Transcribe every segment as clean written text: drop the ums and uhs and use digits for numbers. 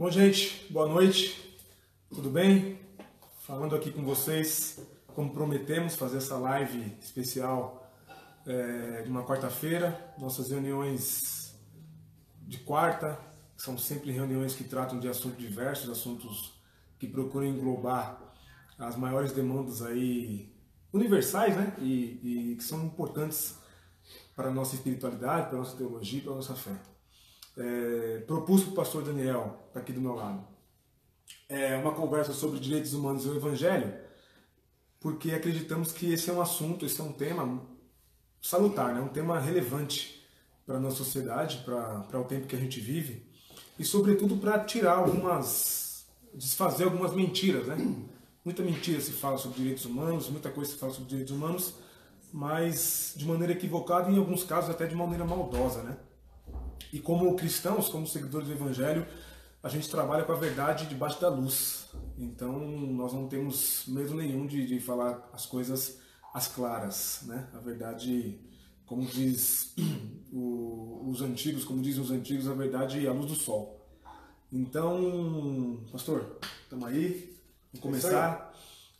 Bom, gente, boa noite, tudo bem? Falando aqui com vocês, como prometemos, fazer essa live especial de uma quarta-feira. Nossas reuniões de quarta são sempre reuniões que tratam de assuntos diversos, assuntos que procuram englobar as maiores demandas aí universais, né? E que são importantes para a nossa espiritualidade, para a nossa teologia e para a nossa fé. Propus para o pastor Daniel, está aqui do meu lado, uma conversa sobre direitos humanos e o Evangelho, porque acreditamos que esse é um assunto, esse é um tema salutar, né? Um tema relevante para a nossa sociedade, para o tempo que a gente vive, e sobretudo para desfazer algumas mentiras, né? Muita mentira se fala sobre direitos humanos, muita coisa se fala sobre direitos humanos, mas de maneira equivocada e em alguns casos até de maneira maldosa, né? E como cristãos, como seguidores do Evangelho, a gente trabalha com a verdade debaixo da luz. Então, nós não temos medo nenhum de falar as coisas às claras, né? A verdade, como dizem os antigos, a verdade é a luz do sol. Então, pastor, estamos aí, vamos começar.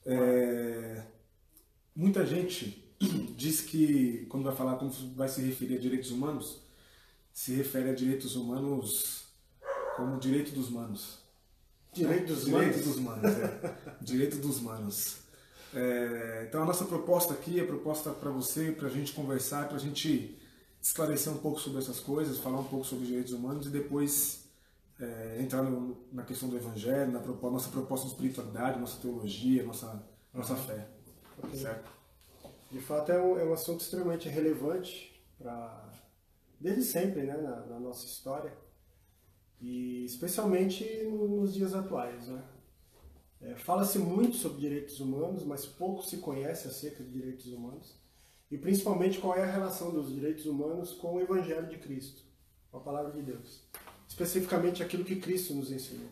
Muita gente diz que, quando vai falar como vai se referir a direitos humanos, se refere a direitos humanos como direito dos manos. Direito dos manos, Direito dos manos. Então a nossa proposta aqui é proposta para você, para a gente conversar, para a gente esclarecer um pouco sobre essas coisas, falar um pouco sobre direitos humanos e depois entrar na questão do Evangelho, nossa proposta de espiritualidade, nossa teologia, nossa fé. Okay. Certo? De fato é um assunto extremamente relevante desde sempre, né, na nossa história, e especialmente nos dias atuais, né? Fala-se muito sobre direitos humanos, mas pouco se conhece acerca de direitos humanos, e principalmente qual é a relação dos direitos humanos com o Evangelho de Cristo, com a Palavra de Deus, especificamente aquilo que Cristo nos ensinou.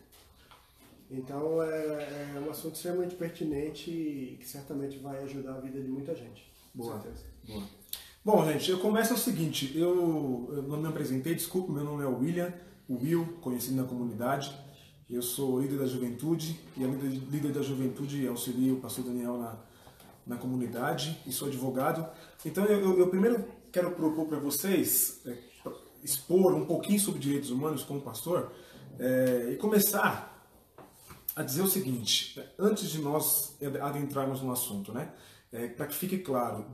Então é um assunto extremamente pertinente e que certamente vai ajudar a vida de muita gente. Boa, com certeza. Boa. Bom, gente, eu começo o seguinte, eu não me apresentei, desculpa, meu nome é Will, conhecido na comunidade. Eu sou líder da juventude e a líder da juventude auxilia o pastor Daniel na comunidade e sou advogado. Então eu primeiro quero propor para vocês expor um pouquinho sobre direitos humanos como pastor e começar a dizer o seguinte, antes de nós adentrarmos no assunto, né? Para que fique claro,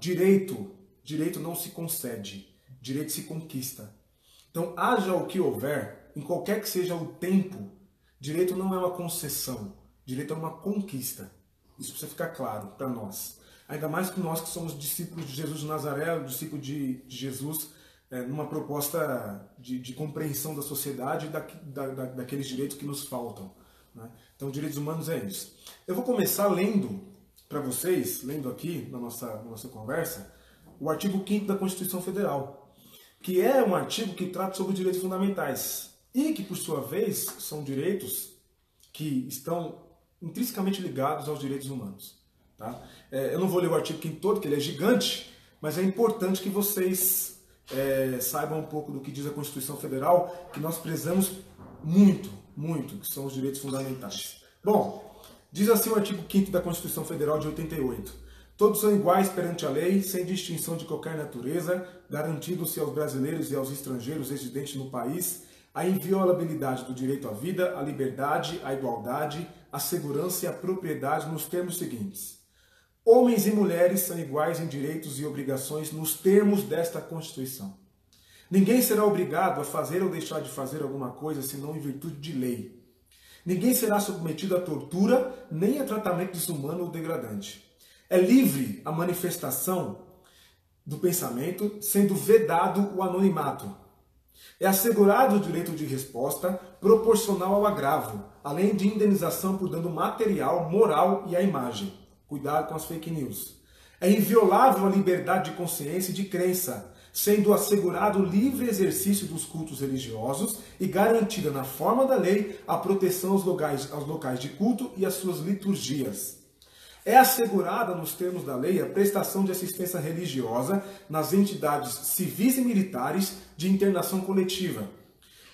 direito não se concede, direito se conquista. Então, haja o que houver, em qualquer que seja o tempo, direito não é uma concessão, direito é uma conquista. Isso precisa ficar claro para nós. Ainda mais que nós que somos discípulos de Jesus de Nazaré, discípulos de Jesus, numa proposta de compreensão da sociedade e daqueles direitos que nos faltam, né? Então, direitos humanos é isso. Eu vou começar lendo para vocês, lendo aqui na nossa conversa, o artigo 5º da Constituição Federal, que é um artigo que trata sobre direitos fundamentais e que, por sua vez, são direitos que estão intrinsecamente ligados aos direitos humanos. Tá? Eu não vou ler o artigo 5º todo, que ele é gigante, mas é importante que vocês saibam um pouco do que diz a Constituição Federal, que nós prezamos muito, que são os direitos fundamentais. Bom, diz assim o artigo 5º da Constituição Federal de 88. Todos são iguais perante a lei, sem distinção de qualquer natureza, garantindo-se aos brasileiros e aos estrangeiros residentes no país a inviolabilidade do direito à vida, à liberdade, à igualdade, à segurança e à propriedade nos termos seguintes. Homens e mulheres são iguais em direitos e obrigações nos termos desta Constituição. Ninguém será obrigado a fazer ou deixar de fazer alguma coisa senão em virtude de lei. Ninguém será submetido a tortura nem a tratamento desumano ou degradante. É livre a manifestação do pensamento, sendo vedado o anonimato. É assegurado o direito de resposta proporcional ao agravo, além de indenização por dano material, moral e à imagem. Cuidado com as fake news. É inviolável a liberdade de consciência e de crença, sendo assegurado o livre exercício dos cultos religiosos e garantida na forma da lei a proteção aos locais de culto e às suas liturgias. É assegurada, nos termos da lei, a prestação de assistência religiosa nas entidades civis e militares de internação coletiva.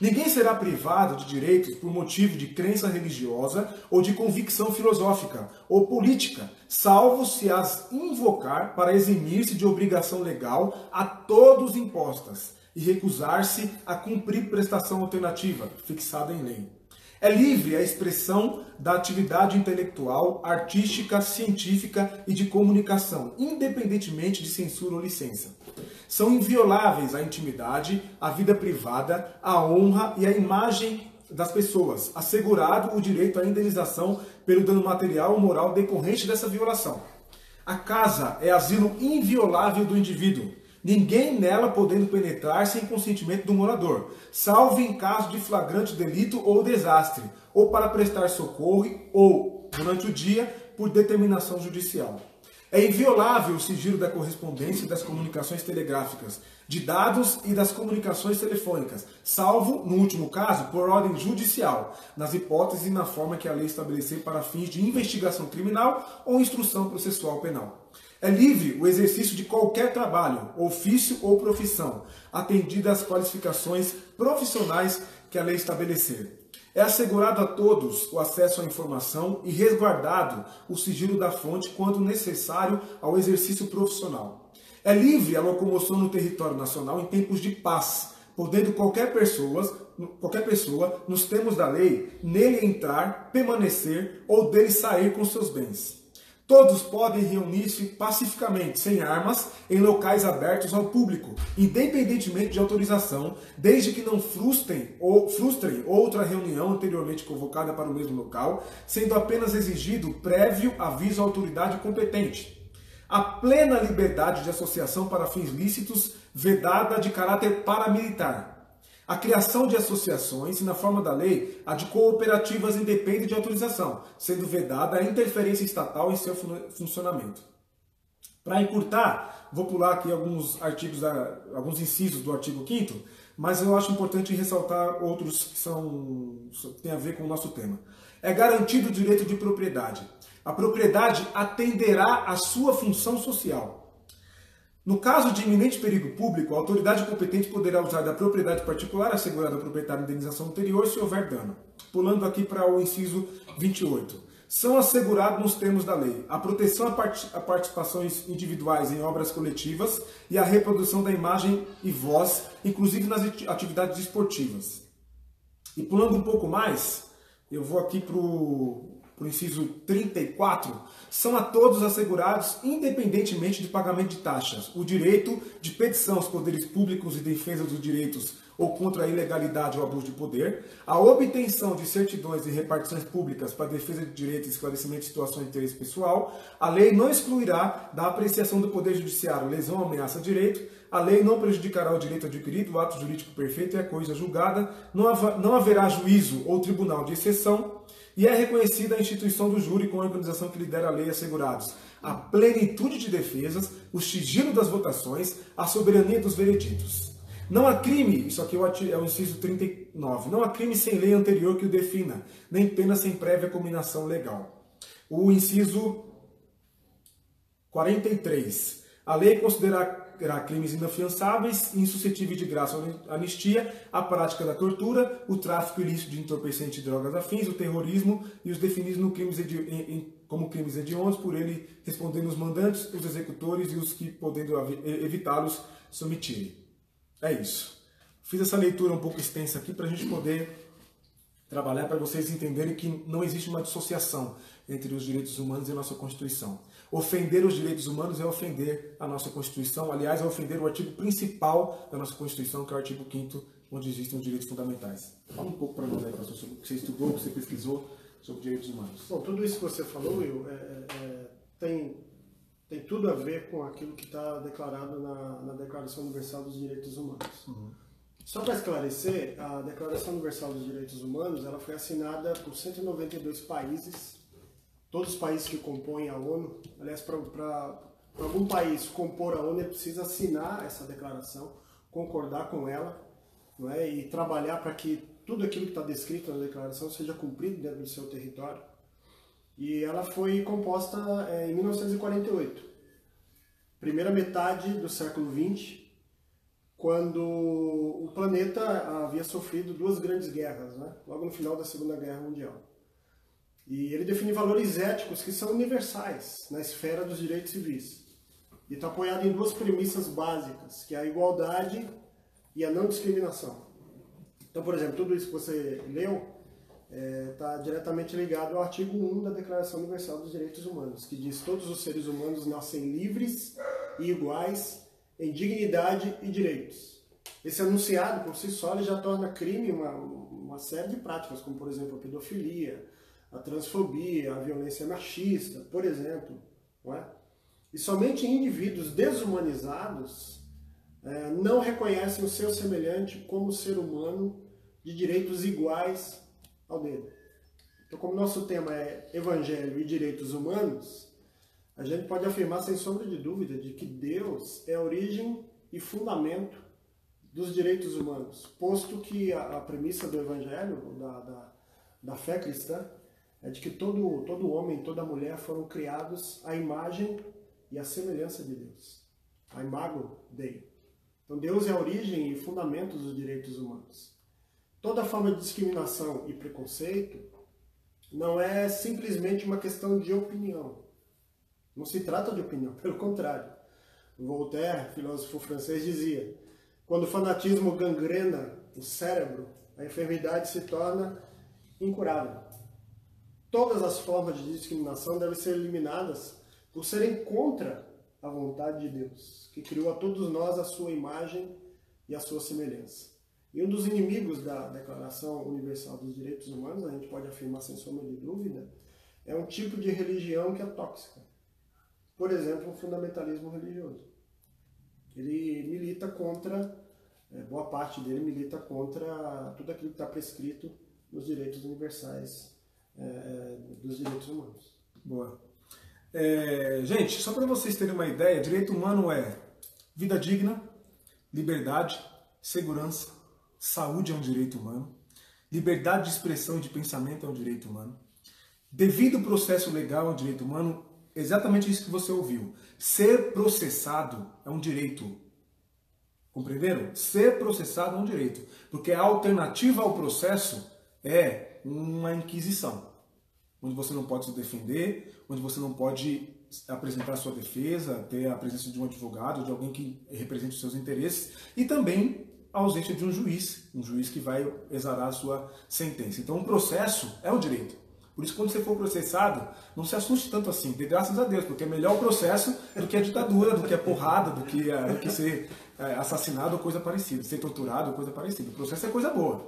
Ninguém será privado de direitos por motivo de crença religiosa ou de convicção filosófica ou política, salvo se as invocar para eximir-se de obrigação legal a todos impostas e recusar-se a cumprir prestação alternativa, fixada em lei. É livre a expressão da atividade intelectual, artística, científica e de comunicação, independentemente de censura ou licença. São invioláveis a intimidade, a vida privada, a honra e a imagem das pessoas, assegurado o direito à indenização pelo dano material ou moral decorrente dessa violação. A casa é asilo inviolável do indivíduo, ninguém nela podendo penetrar sem consentimento do morador, salvo em caso de flagrante delito ou desastre, ou para prestar socorro, ou, durante o dia, por determinação judicial. É inviolável o sigilo da correspondência e das comunicações telegráficas, de dados e das comunicações telefônicas, salvo, no último caso, por ordem judicial, nas hipóteses e na forma que a lei estabelecer para fins de investigação criminal ou instrução processual penal. É livre o exercício de qualquer trabalho, ofício ou profissão, atendidas as qualificações profissionais que a lei estabelecer. É assegurado a todos o acesso à informação e resguardado o sigilo da fonte quando necessário ao exercício profissional. É livre a locomoção no território nacional em tempos de paz, podendo qualquer pessoa, nos termos da lei, nele entrar, permanecer ou dele sair com seus bens. Todos podem reunir-se pacificamente, sem armas, em locais abertos ao público, independentemente de autorização, desde que não frustrem outra reunião anteriormente convocada para o mesmo local, sendo apenas exigido prévio aviso à autoridade competente. A plena liberdade de associação para fins lícitos, vedada de caráter paramilitar. A criação de associações, e na forma da lei, a de cooperativas independe de autorização, sendo vedada a interferência estatal em seu funcionamento. Para encurtar, vou pular aqui alguns alguns incisos do artigo 5º, mas eu acho importante ressaltar outros que têm a ver com o nosso tema. É garantido o direito de propriedade. A propriedade atenderá à sua função social. No caso de iminente perigo público, a autoridade competente poderá usar da propriedade particular assegurada ao proprietário a indenização anterior se houver dano. Pulando aqui para o inciso 28. São assegurados nos termos da lei a proteção a participações individuais em obras coletivas e a reprodução da imagem e voz, inclusive nas atividades esportivas. E pulando um pouco mais, eu vou aqui para o inciso 34, são a todos assegurados, independentemente de pagamento de taxas, o direito de petição aos poderes públicos e defesa dos direitos ou contra a ilegalidade ou abuso de poder, a obtenção de certidões e repartições públicas para defesa de direitos e esclarecimento de situações de interesse pessoal. A lei não excluirá da apreciação do Poder Judiciário lesão ou ameaça a direito. A lei não prejudicará o direito adquirido, o ato jurídico perfeito e a coisa julgada. Não haverá juízo ou tribunal de exceção. E é reconhecida a instituição do júri com a organização que lidera a lei assegurados a plenitude de defesas, o sigilo das votações, a soberania dos vereditos. Não há crime, isso aqui é o inciso 39, não há crime sem lei anterior que o defina, nem pena sem prévia cominação legal. O inciso 43, a lei considerará crimes inafiançáveis e insuscetíveis de graça ou anistia, a prática da tortura, o tráfico ilícito de entorpecentes e drogas afins, o terrorismo e os definidos no como crimes hediondos, por ele respondendo os mandantes, os executores e os que, podendo evitá-los, se omitirem. É isso. Fiz essa leitura um pouco extensa aqui para a gente poder trabalhar, para vocês entenderem que não existe uma dissociação entre os direitos humanos e a nossa Constituição. Ofender os direitos humanos é ofender a nossa Constituição, aliás, é ofender o artigo principal da nossa Constituição, que é o artigo 5º, onde existem os direitos fundamentais. Fala um pouco para nós aí, pastor, sobre o que você estudou, o que você pesquisou sobre direitos humanos. Bom, tudo isso que você falou, Will, tem tudo a ver com aquilo que está declarado na Declaração Universal dos Direitos Humanos. Uhum. Só para esclarecer, a Declaração Universal dos Direitos Humanos ela foi assinada por 192 países, todos os países que compõem a ONU. Aliás, para algum país compor a ONU, ele precisa assinar essa declaração, concordar com ela, não é? E trabalhar para que tudo aquilo que está descrito na declaração seja cumprido dentro do seu território. E ela foi composta em 1948, primeira metade do século XX, quando o planeta havia sofrido duas grandes guerras, né? Logo no final da Segunda Guerra Mundial. E ele define valores éticos que são universais na esfera dos direitos civis. E está apoiado em duas premissas básicas, que é a igualdade e a não discriminação. Então, por exemplo, tudo isso que você leu está diretamente ligado ao artigo 1 da Declaração Universal dos Direitos Humanos, que diz que todos os seres humanos nascem livres e iguais em dignidade e direitos. Esse enunciado, por si só, ele já torna crime uma série de práticas, como, por exemplo, a pedofilia, a transfobia, a violência machista, por exemplo. Não é? E somente indivíduos desumanizados não reconhecem o seu semelhante como ser humano de direitos iguais ao dele. Então, como nosso tema é Evangelho e Direitos Humanos, a gente pode afirmar sem sombra de dúvida de que Deus é a origem e fundamento dos direitos humanos, posto que a premissa do Evangelho, da fé cristã, é de que todo homem e toda mulher foram criados à imagem e à semelhança de Deus. A imago Dei. Então Deus é a origem e fundamento dos direitos humanos. Toda forma de discriminação e preconceito não é simplesmente uma questão de opinião. Não se trata de opinião, pelo contrário. Voltaire, filósofo francês, dizia: quando o fanatismo gangrena o cérebro, a enfermidade se torna incurável. Todas as formas de discriminação devem ser eliminadas por serem contra a vontade de Deus, que criou a todos nós a sua imagem e a sua semelhança. E um dos inimigos da Declaração Universal dos Direitos Humanos, a gente pode afirmar sem sombra de dúvida, é um tipo de religião que é tóxica. Por exemplo, o fundamentalismo religioso. Ele milita contra, boa parte dele milita contra tudo aquilo que está prescrito nos direitos universais dos direitos humanos. Boa. Gente, só para vocês terem uma ideia, direito humano é vida digna, liberdade, segurança, saúde é um direito humano, liberdade de expressão e de pensamento é um direito humano, devido processo legal é um direito humano, exatamente isso que você ouviu. Ser processado é um direito. Compreenderam? Ser processado é um direito, porque a alternativa ao processo é uma inquisição, onde você não pode se defender, onde você não pode apresentar sua defesa, ter a presença de um advogado, de alguém que represente os seus interesses, e também a ausência de um juiz que vai exarar a sua sentença. Então, o processo é um direito. Por isso, quando você for processado, não se assuste tanto assim, dê graças a Deus, porque é melhor o processo do que a ditadura, do que a porrada, do que ser assassinado ou coisa parecida, ser torturado ou coisa parecida. O processo é coisa boa.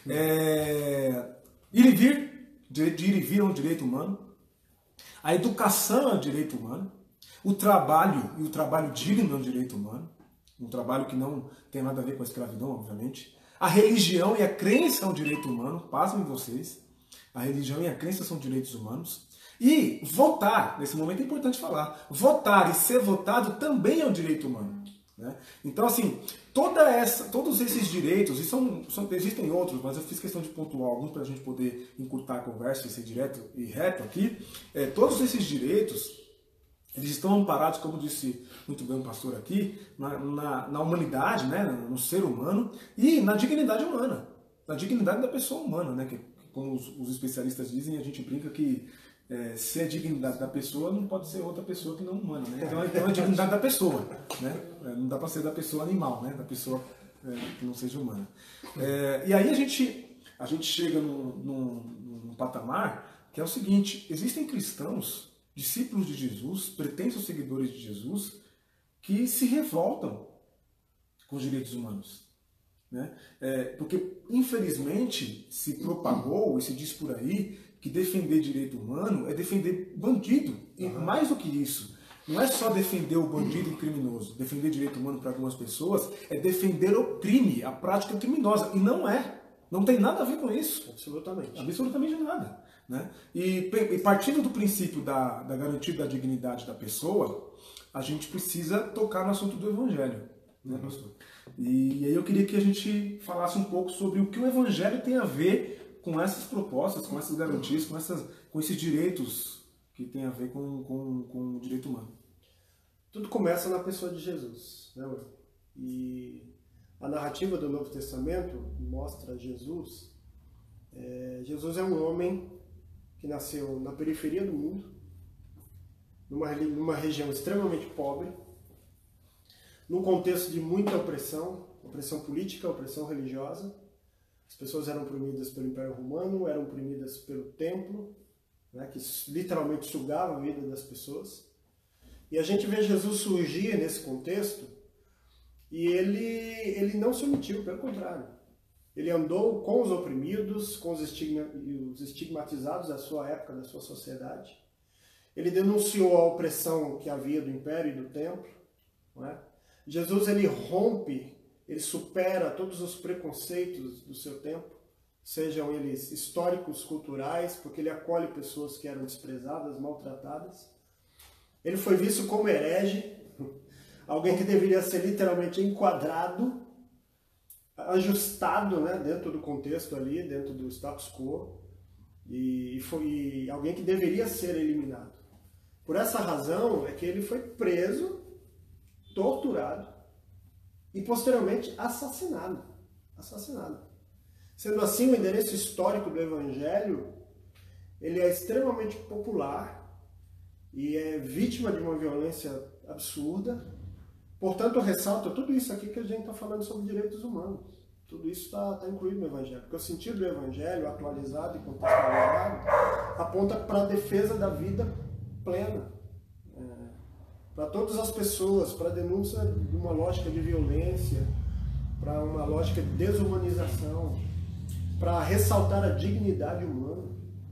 Ir e vir, de ir e vir é um direito humano. A educação é um direito humano. O trabalho e o trabalho digno é um direito humano. Um trabalho que não tem nada a ver com a escravidão, obviamente. A religião e a crença é um direito humano, pasmem vocês. A religião e a crença são direitos humanos. E votar, nesse momento é importante falar, votar e ser votado também é um direito humano. Né? Então, assim, todos esses direitos, e existem outros, mas eu fiz questão de pontuar alguns para a gente poder encurtar a conversa e ser direto e reto aqui. Todos esses direitos, eles estão amparados, como disse muito bem o pastor aqui, na humanidade, né? No ser humano e na dignidade humana, na dignidade da pessoa humana, né? Que, como os especialistas dizem, a gente brinca que se a dignidade da pessoa não pode ser outra pessoa que não humana, né? Então é a dignidade da pessoa, né? Não dá para ser da pessoa animal, né? Da pessoa que não seja humana. E aí a gente chega num patamar que é o seguinte: existem cristãos, discípulos de Jesus, pretensos seguidores de Jesus, que se revoltam com os direitos humanos. Né? Porque, infelizmente, se propagou e se diz por aí que defender direito humano é defender bandido. E mais do que isso, não é só defender o bandido e o criminoso. Defender direito humano para algumas pessoas é defender o crime, a prática criminosa. E não é. Não tem nada a ver com isso. Absolutamente. Absolutamente nada. Né? E partindo do princípio da garantia da dignidade da pessoa, a gente precisa tocar no assunto do Evangelho. Né, pastor? E aí eu queria que a gente falasse um pouco sobre o que o Evangelho tem a ver com essas propostas, com essas garantias, com esses direitos que tem a ver com o direito humano. Tudo começa na pessoa de Jesus, né, Will? E a narrativa do Novo Testamento mostra Jesus. Jesus é um homem que nasceu na periferia do mundo, numa região extremamente pobre, num contexto de muita opressão política, opressão religiosa. As pessoas eram oprimidas pelo Império Romano, eram oprimidas pelo templo, né, que literalmente sugava a vida das pessoas. E a gente vê Jesus surgir nesse contexto e ele não se omitiu, pelo contrário. Ele andou com os oprimidos, com os estigmatizados da sua época, da sua sociedade. Ele denunciou a opressão que havia do Império e do Templo. Não é? Jesus, ele rompe, ele supera todos os preconceitos do seu tempo, sejam eles históricos, culturais, porque ele acolhe pessoas que eram desprezadas, maltratadas. Ele foi visto como herege, alguém que deveria ser literalmente enquadrado, ajustado, né, dentro do contexto ali, dentro do status quo, e foi alguém que deveria ser eliminado. Por essa razão é que ele foi preso, torturado e posteriormente assassinado. Sendo assim, o endereço histórico do Evangelho, ele é extremamente popular e é vítima de uma violência absurda. Portanto, eu ressalto tudo isso aqui que a gente está falando sobre direitos humanos. Tudo isso está incluído no Evangelho. Porque o sentido do Evangelho, atualizado e contextualizado, aponta para a defesa da vida plena. Para todas as pessoas, para a denúncia de uma lógica de violência, para uma lógica de desumanização, para ressaltar a dignidade humana.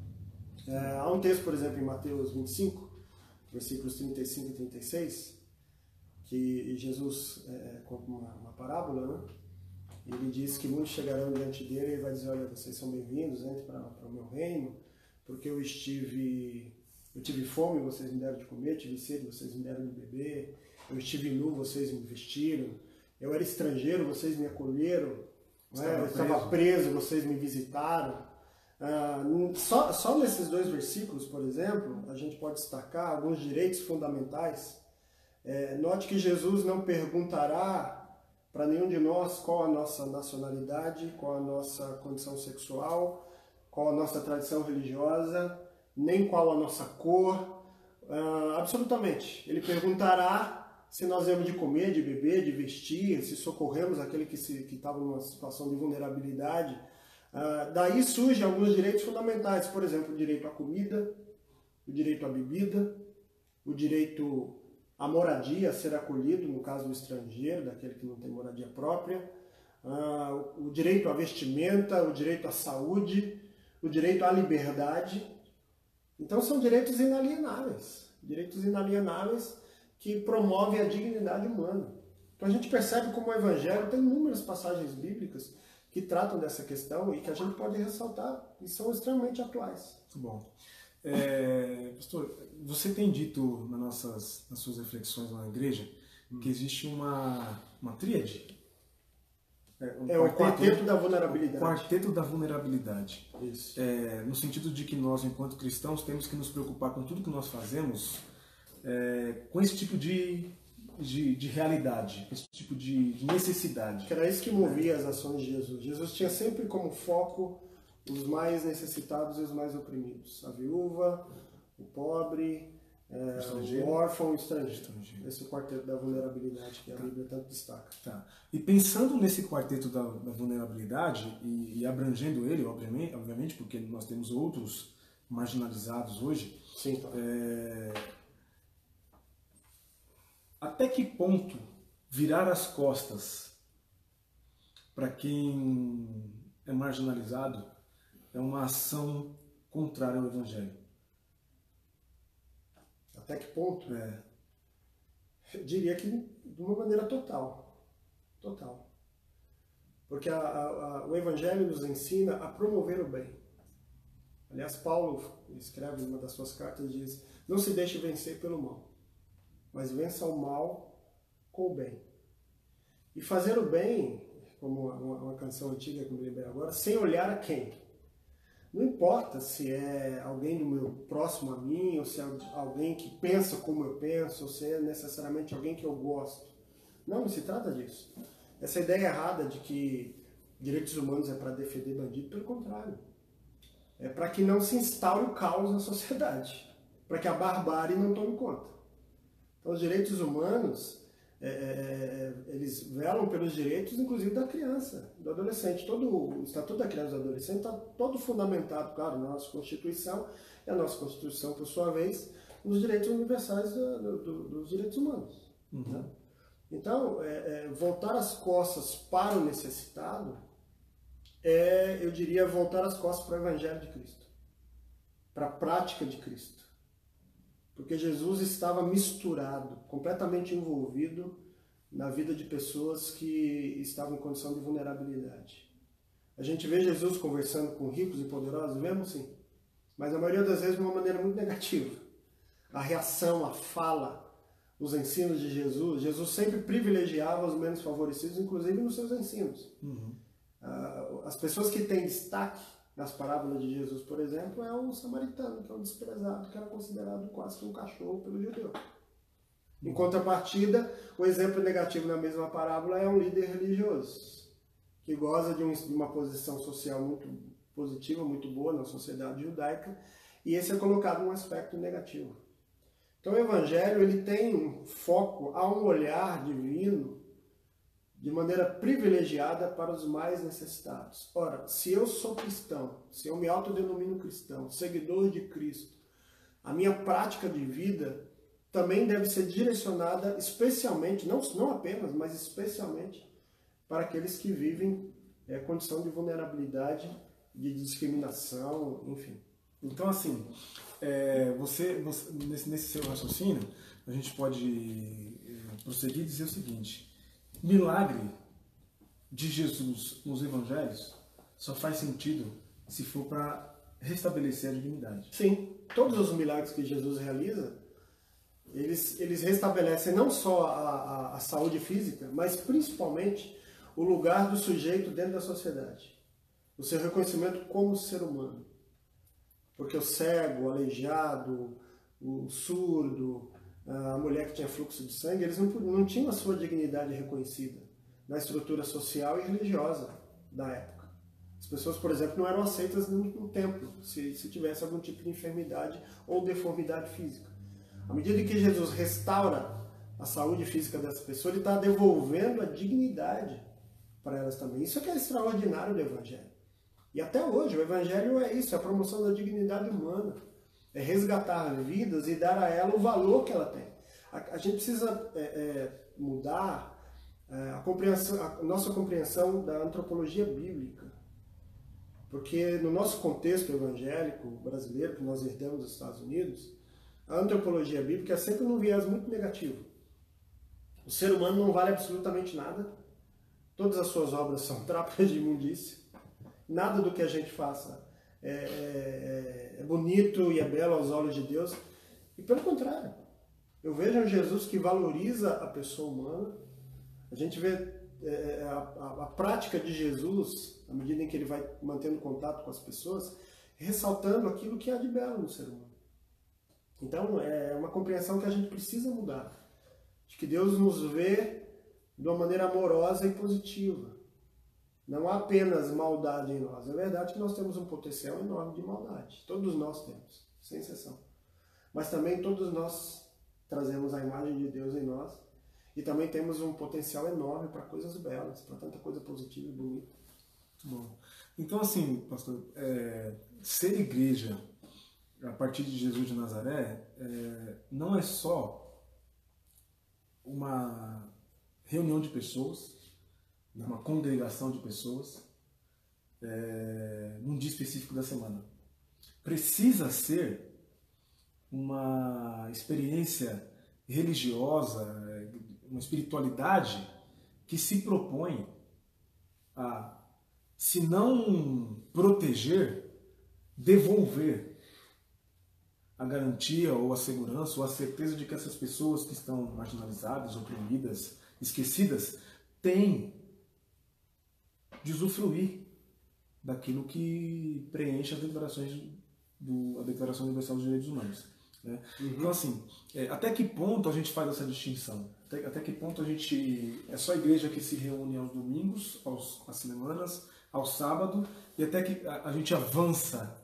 Há um texto, por exemplo, em Mateus 25, versículos 35 e 36, que Jesus conta uma parábola, né? Ele diz que muitos chegarão diante dele e ele vai dizer: olha, vocês são bem-vindos, entre para o meu reino, porque eu tive fome, vocês me deram de comer, tive sede, vocês me deram de beber, eu estive nu, vocês me vestiram, eu era estrangeiro, vocês me acolheram, eu estava preso, vocês me visitaram. Só nesses dois versículos, por exemplo, a gente pode destacar alguns direitos fundamentais. Note que Jesus não perguntará para nenhum de nós qual a nossa nacionalidade, qual a nossa condição sexual, qual a nossa tradição religiosa, nem qual a nossa cor, absolutamente. Ele perguntará se nós demos de comer, de beber, de vestir, se socorremos aquele que estava numa situação de vulnerabilidade. Daí surgem alguns direitos fundamentais, por exemplo, o direito à comida, o direito à bebida, o direito à moradia, a ser acolhido, no caso do estrangeiro, daquele que não tem moradia própria, o direito à vestimenta, o direito à saúde, o direito à liberdade. Então são direitos inalienáveis que promovem a dignidade humana. Então a gente percebe como o Evangelho tem inúmeras passagens bíblicas que tratam dessa questão e que a gente pode ressaltar e são extremamente atuais. Muito bom. Pastor, você tem dito nas suas reflexões lá na igreja que existe uma tríade. O quarteto da vulnerabilidade. O quarteto da vulnerabilidade. Isso. No sentido de que nós, enquanto cristãos, temos que nos preocupar com tudo que nós fazemos com esse tipo de realidade, esse tipo de necessidade. Que era isso que movia as ações de Jesus. Jesus tinha sempre como foco os mais necessitados e os mais oprimidos. A viúva, o pobre, o órfão e o estrangeiro. Esse é o quarteto da vulnerabilidade que a Bíblia tanto destaca. Tá. E pensando nesse quarteto da vulnerabilidade e abrangendo ele, obviamente, porque nós temos outros marginalizados hoje. Sim, tá. Até que ponto virar as costas para quem é marginalizado é uma ação contrária ao Evangelho? Até que ponto? Eu diria que de uma maneira total. Total. Porque o Evangelho nos ensina a promover o bem. Aliás, Paulo escreve em uma das suas cartas e diz: não se deixe vencer pelo mal, mas vença o mal com o bem. E fazer o bem, como uma canção antiga que eu me lembrei agora, sem olhar a quem. Não importa se é alguém do meu próximo a mim, ou se é alguém que pensa como eu penso, ou se é necessariamente alguém que eu gosto. Não se trata disso. essa ideia errada de que direitos humanos é para defender bandido, pelo contrário. É para que não se instaure o caos na sociedade, para que a barbárie não tome conta. Então, os direitos humanos, eles velam pelos direitos, inclusive, da criança, do adolescente. Todo o Estatuto da Criança e do Adolescente está todo fundamentado, claro, na nossa Constituição, e a nossa Constituição, por sua vez, nos direitos universais dos direitos humanos. Né? Então, voltar as costas para o necessitado eu diria, voltar as costas para o Evangelho de Cristo, para a prática de Cristo. Porque Jesus estava misturado, completamente envolvido na vida de pessoas que estavam em condição de vulnerabilidade. A gente vê Jesus conversando com ricos e poderosos, vemos sim, mas a maioria das vezes de uma maneira muito negativa. A reação, a fala, os ensinos de Jesus, Jesus sempre privilegiava os menos favorecidos, inclusive nos seus ensinos. As pessoas que têm destaque nas parábolas de Jesus, por exemplo, é o samaritano, que é um desprezado, que era considerado quase que um cachorro pelo judeu. Em contrapartida, o exemplo negativo na mesma parábola é um líder religioso, que goza de uma posição social muito positiva, muito boa na sociedade judaica, e esse é colocado num aspecto negativo. Então o Evangelho ele tem um foco a um olhar divino de maneira privilegiada para os mais necessitados. Ora, se eu sou cristão, se eu me autodenomino cristão, seguidor de Cristo, a minha prática de vida também deve ser direcionada especialmente, não apenas, mas especialmente para aqueles que vivem condição de vulnerabilidade, de discriminação, enfim. Então, assim, nesse seu raciocínio, a gente pode prosseguir e dizer o seguinte: milagre de Jesus nos evangelhos só faz sentido se for para restabelecer a dignidade. Sim, todos os milagres que Jesus realiza, eles restabelecem não só a saúde física, mas principalmente o lugar do sujeito dentro da sociedade. O seu reconhecimento como ser humano. Porque o cego, o aleijado, o surdo, a mulher que tinha fluxo de sangue, eles não tinham a sua dignidade reconhecida na estrutura social e religiosa da época. As pessoas, por exemplo, não eram aceitas no templo se tivesse algum tipo de enfermidade ou deformidade física. À medida que Jesus restaura a saúde física dessa pessoa, ele está devolvendo a dignidade para elas também. Isso é que é extraordinário do Evangelho. E até hoje, o Evangelho é isso, é a promoção da dignidade humana. É resgatar vidas e dar a ela o valor que ela tem. A gente precisa mudar a nossa compreensão da antropologia bíblica. Porque no nosso contexto evangélico brasileiro, que nós herdamos dos Estados Unidos, a antropologia bíblica é sempre num viés muito negativo. O ser humano não vale absolutamente nada. Todas as suas obras são trapos de imundícia. Nada do que a gente faça é bonito e é belo aos olhos de Deus. E pelo contrário, eu vejo um Jesus que valoriza a pessoa humana. A gente vê a prática de Jesus, à medida em que ele vai mantendo contato com as pessoas, ressaltando aquilo que há de belo no ser humano. Então, é uma compreensão que a gente precisa mudar. De que Deus nos vê de uma maneira amorosa e positiva. Não há apenas maldade em nós. É verdade que nós temos um potencial enorme de maldade. Todos nós temos, sem exceção. Mas também todos nós trazemos a imagem de Deus em nós. E também temos um potencial enorme para coisas belas, para tanta coisa positiva e bonita. Muito bom. Então, assim, pastor, ser igreja a partir de Jesus de Nazaré não é só uma reunião de pessoas, uma congregação de pessoas, num dia específico da semana. Precisa ser uma experiência religiosa, uma espiritualidade que se propõe a, se não proteger, devolver a garantia ou a segurança ou a certeza de que essas pessoas que estão marginalizadas, oprimidas, esquecidas, têm de usufruir daquilo que preenche as declarações a Declaração Universal dos Direitos Humanos. Né? Então, assim, até que ponto a gente faz essa distinção? Até que ponto a gente é só a igreja que se reúne aos domingos, às semanas, ao sábado, e até que a gente avança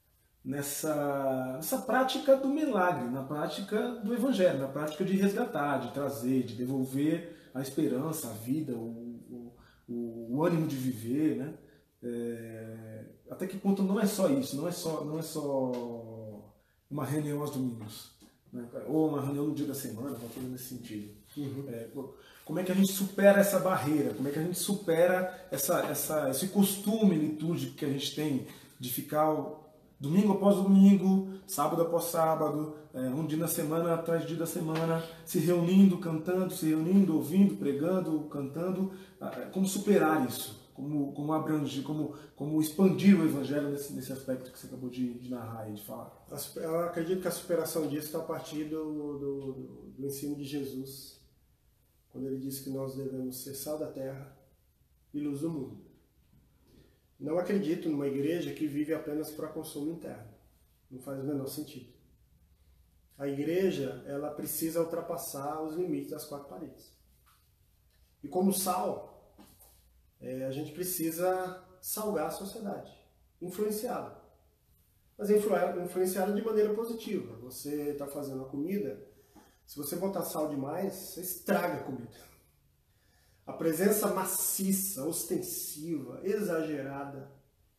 nessa prática do milagre, na prática do evangelho, na prática de resgatar, de trazer, de devolver a esperança, a vida, o ânimo de viver, né? Até que ponto não é só isso, não é só uma reunião aos domingos, né? Ou uma reunião no dia da semana, uma coisa nesse sentido. Como é que a gente supera essa barreira? Como é que a gente supera esse costume litúrgico que a gente tem de ficar domingo após domingo, sábado após sábado, um dia na semana atrás dia da semana, se reunindo, cantando, se reunindo, ouvindo, pregando, cantando? Como superar isso? Como abranger, como expandir o evangelho nesse aspecto que você acabou de narrar e de falar? Eu acredito que a superação disso está a partir do ensino de Jesus, quando ele disse que nós devemos ser sal da terra e luz do mundo. Não acredito numa igreja que vive apenas para consumo interno. Não faz o menor sentido. A igreja, ela precisa ultrapassar os limites das quatro paredes. E como sal, a gente precisa salgar a sociedade, influenciá-la. Mas influenciá-la de maneira positiva. Você está fazendo a comida, se você botar sal demais, você estraga a comida. A presença maciça, ostensiva, exagerada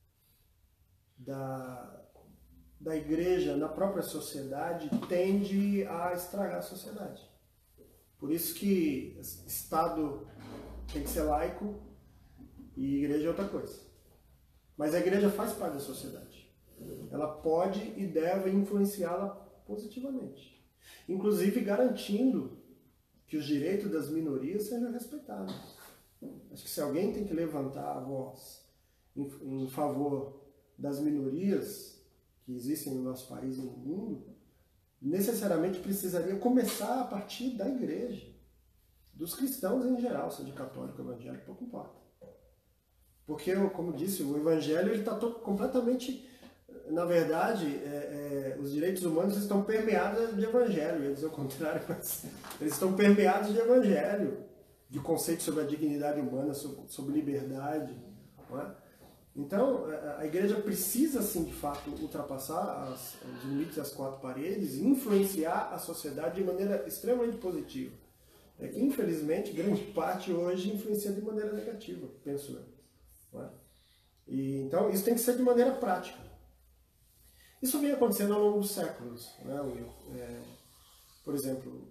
da igreja na própria sociedade tende a estragar a sociedade. Por isso que Estado tem que ser laico e igreja é outra coisa. Mas a igreja faz parte da sociedade. Ela pode e deve influenciá-la positivamente. Inclusive garantindo que os direitos das minorias sejam respeitados. Acho que se alguém tem que levantar a voz em favor das minorias que existem no nosso país e no mundo, necessariamente precisaria começar a partir da igreja, dos cristãos em geral, seja católico, evangélico, pouco importa. Porque, como disse, o evangelho está completamente... Na verdade, os direitos humanos estão permeados de evangelho, ia dizer o contrário, mas eles estão permeados de evangelho, de conceitos sobre a dignidade humana, sobre liberdade. Não é? Então, a igreja precisa, sim, de fato, ultrapassar os limites das quatro paredes e influenciar a sociedade de maneira extremamente positiva. Que, infelizmente, grande parte hoje influencia de maneira negativa, penso eu. Não é? Então, isso tem que ser de maneira prática. Isso vem acontecendo ao longo dos séculos, né, Will? Por exemplo,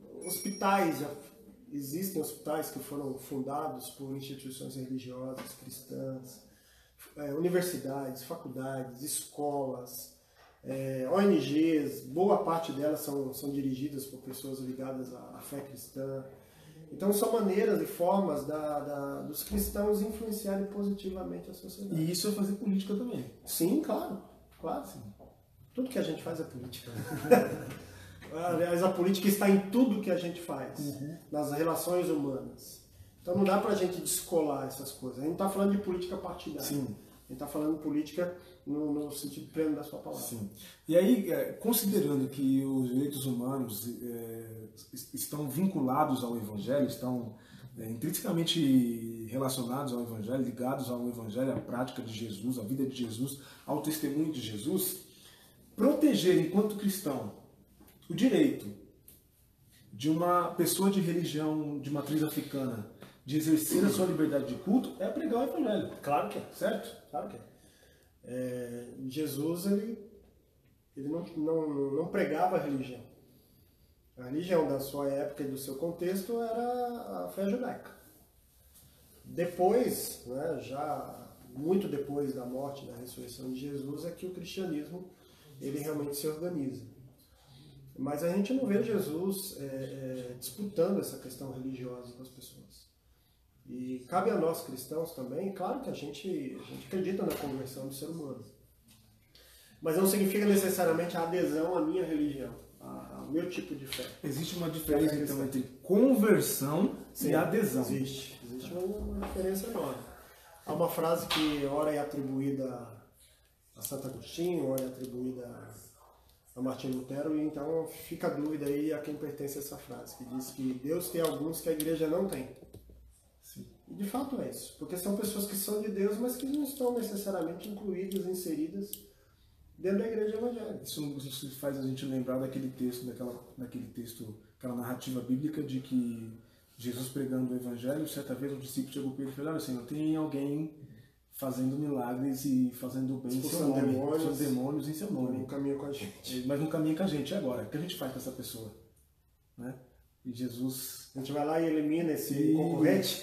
existem hospitais que foram fundados por instituições religiosas, cristãs, universidades, faculdades, escolas, ONGs, boa parte delas são dirigidas por pessoas ligadas à fé cristã. Então são maneiras e formas dos cristãos influenciarem positivamente a sociedade. E isso é fazer política também. Sim, claro, claro. Sim. Tudo que a gente faz é política. Aliás, a política está em tudo que a gente faz, nas relações humanas. Então não dá para a gente descolar essas coisas. A gente está falando de política partidária. Sim. A gente está falando de política no sentido pleno da sua palavra. Sim. E aí, considerando que os direitos humanos estão vinculados ao Evangelho, estão intrinsecamente relacionados ao Evangelho, ligados ao Evangelho, à prática de Jesus, à vida de Jesus, ao testemunho de Jesus, proteger, enquanto cristão, o direito de uma pessoa de religião de matriz africana de exercer a sua liberdade de culto é pregar o Evangelho. Claro que é. Certo? Claro que é. Jesus, ele não pregava a religião. A religião da sua época e do seu contexto era a fé judaica. Depois, né, já muito depois da morte e da ressurreição de Jesus, é que o cristianismo ele realmente se organiza. Mas a gente não vê Jesus disputando essa questão religiosa com as pessoas. E cabe a nós cristãos também, claro que a gente acredita na conversão do ser humano. Mas não significa necessariamente a adesão à minha religião, ao meu tipo de fé. Existe uma diferença então entre conversão e adesão. Existe uma diferença enorme. Há uma frase que ora é atribuída a Santo Agostinho, ora é atribuída a Martim Lutero, e então fica a dúvida aí a quem pertence essa frase, que diz que Deus tem alguns que a igreja não tem. Sim. E de fato é isso, porque são pessoas que são de Deus, mas que não estão necessariamente incluídas, inseridas dentro da igreja evangélica. Isso faz a gente lembrar daquele texto, aquela narrativa bíblica de que Jesus pregando o evangelho, certa vez um discípulo chegou para ele e falou: olha, Senhor, tem alguém fazendo milagres e fazendo bem em seu nome, expulsando demônios em seu nome. Não caminha com a gente. Mas não caminha com a gente. E agora? O que a gente faz com essa pessoa? Né? E Jesus... A gente vai lá e elimina esse concorrente?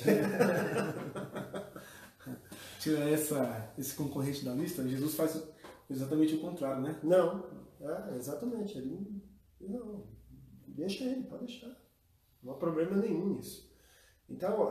Tira esse concorrente da lista. Jesus faz exatamente o contrário, né? Não, exatamente. Ele não, deixa ele, pode deixar. Não há problema nenhum nisso. Então,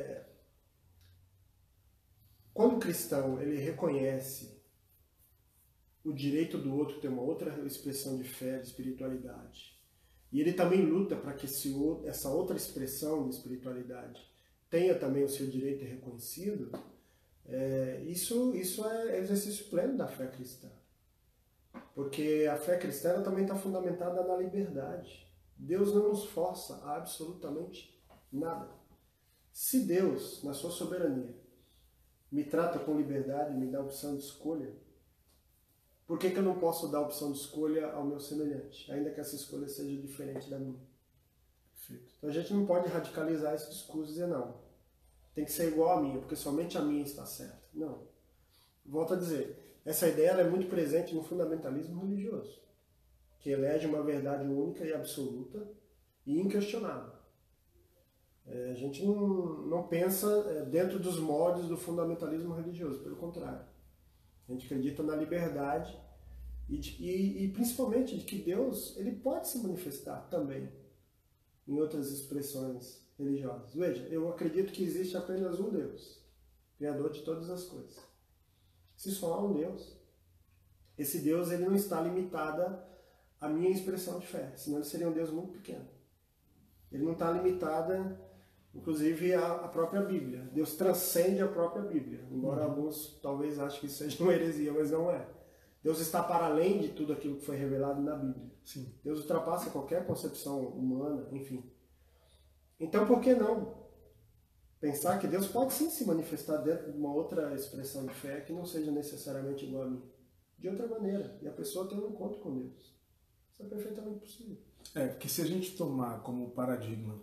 quando o cristão ele reconhece o direito do outro ter uma outra expressão de fé, de espiritualidade, e ele também luta para que essa outra expressão de espiritualidade tenha também o seu direito reconhecido, isso é exercício pleno da fé cristã. Porque a fé cristã ela também está fundamentada na liberdade. Deus não nos força a absolutamente nada. Se Deus, na sua soberania, me trata com liberdade, me dá opção de escolha, por que eu não posso dar opção de escolha ao meu semelhante, ainda que essa escolha seja diferente da minha? Perfeito. Então a gente não pode radicalizar esse discurso e dizer não, tem que ser igual a minha, porque somente a minha está certa. Não. Volto a dizer, essa ideia ela é muito presente no fundamentalismo religioso, que elege uma verdade única e absoluta e inquestionável. A gente não pensa dentro dos moldes do fundamentalismo religioso, pelo contrário. A gente acredita na liberdade e principalmente de que Deus ele pode se manifestar também em outras expressões religiosas. Veja, eu acredito que existe apenas um Deus, Criador de todas as coisas. Se só há um Deus, esse Deus ele não está limitado à minha expressão de fé, senão ele seria um Deus muito pequeno. Ele não está limitado, inclusive, à própria Bíblia. Deus transcende a própria Bíblia, embora alguns talvez achem que isso seja uma heresia, mas não é. Deus está para além de tudo aquilo que foi revelado na Bíblia. Sim. Deus ultrapassa qualquer concepção humana, enfim. Então, por que não pensar que Deus pode sim se manifestar dentro de uma outra expressão de fé que não seja necessariamente igual a mim? De outra maneira, e a pessoa ter um encontro com Deus. Isso é perfeitamente possível. Porque se a gente tomar como paradigma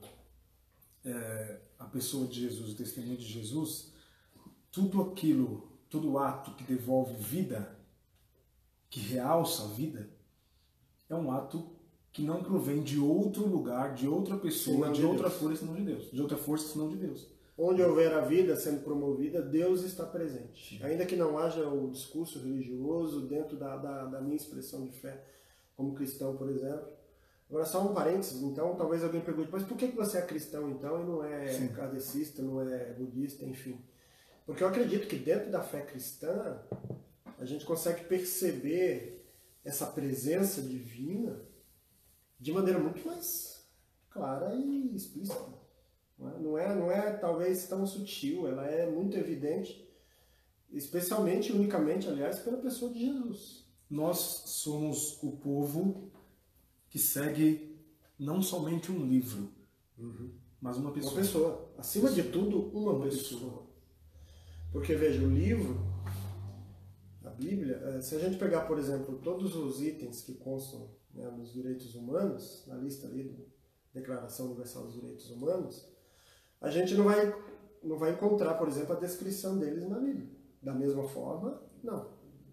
a pessoa de Jesus, o testemunho de Jesus, todo ato que devolve vida, que realça a vida, é um ato que não provém de outro lugar, de outra pessoa, de outra força senão de Deus. De outra força senão de Deus. Onde houver a vida sendo promovida, Deus está presente. Sim. Ainda que não haja o discurso religioso dentro da minha expressão de fé, como cristão, por exemplo. Agora, só um parênteses, então, talvez alguém pergunte, mas por que você é cristão, então, e não é kardecista, não é budista, enfim? Porque eu acredito que dentro da fé cristã, a gente consegue perceber essa presença divina de maneira muito mais clara e explícita. Não é talvez tão sutil, ela é muito evidente, especialmente, unicamente, aliás, pela pessoa de Jesus. Nós somos o povo que segue não somente um livro, mas uma pessoa. Uma pessoa. Acima de tudo, uma pessoa. Porque, veja, o livro, a Bíblia, se a gente pegar, por exemplo, todos os itens que constam, né, nos direitos humanos, na lista ali da Declaração Universal dos Direitos Humanos, a gente não vai encontrar, por exemplo, a descrição deles na Bíblia. Da mesma forma, não.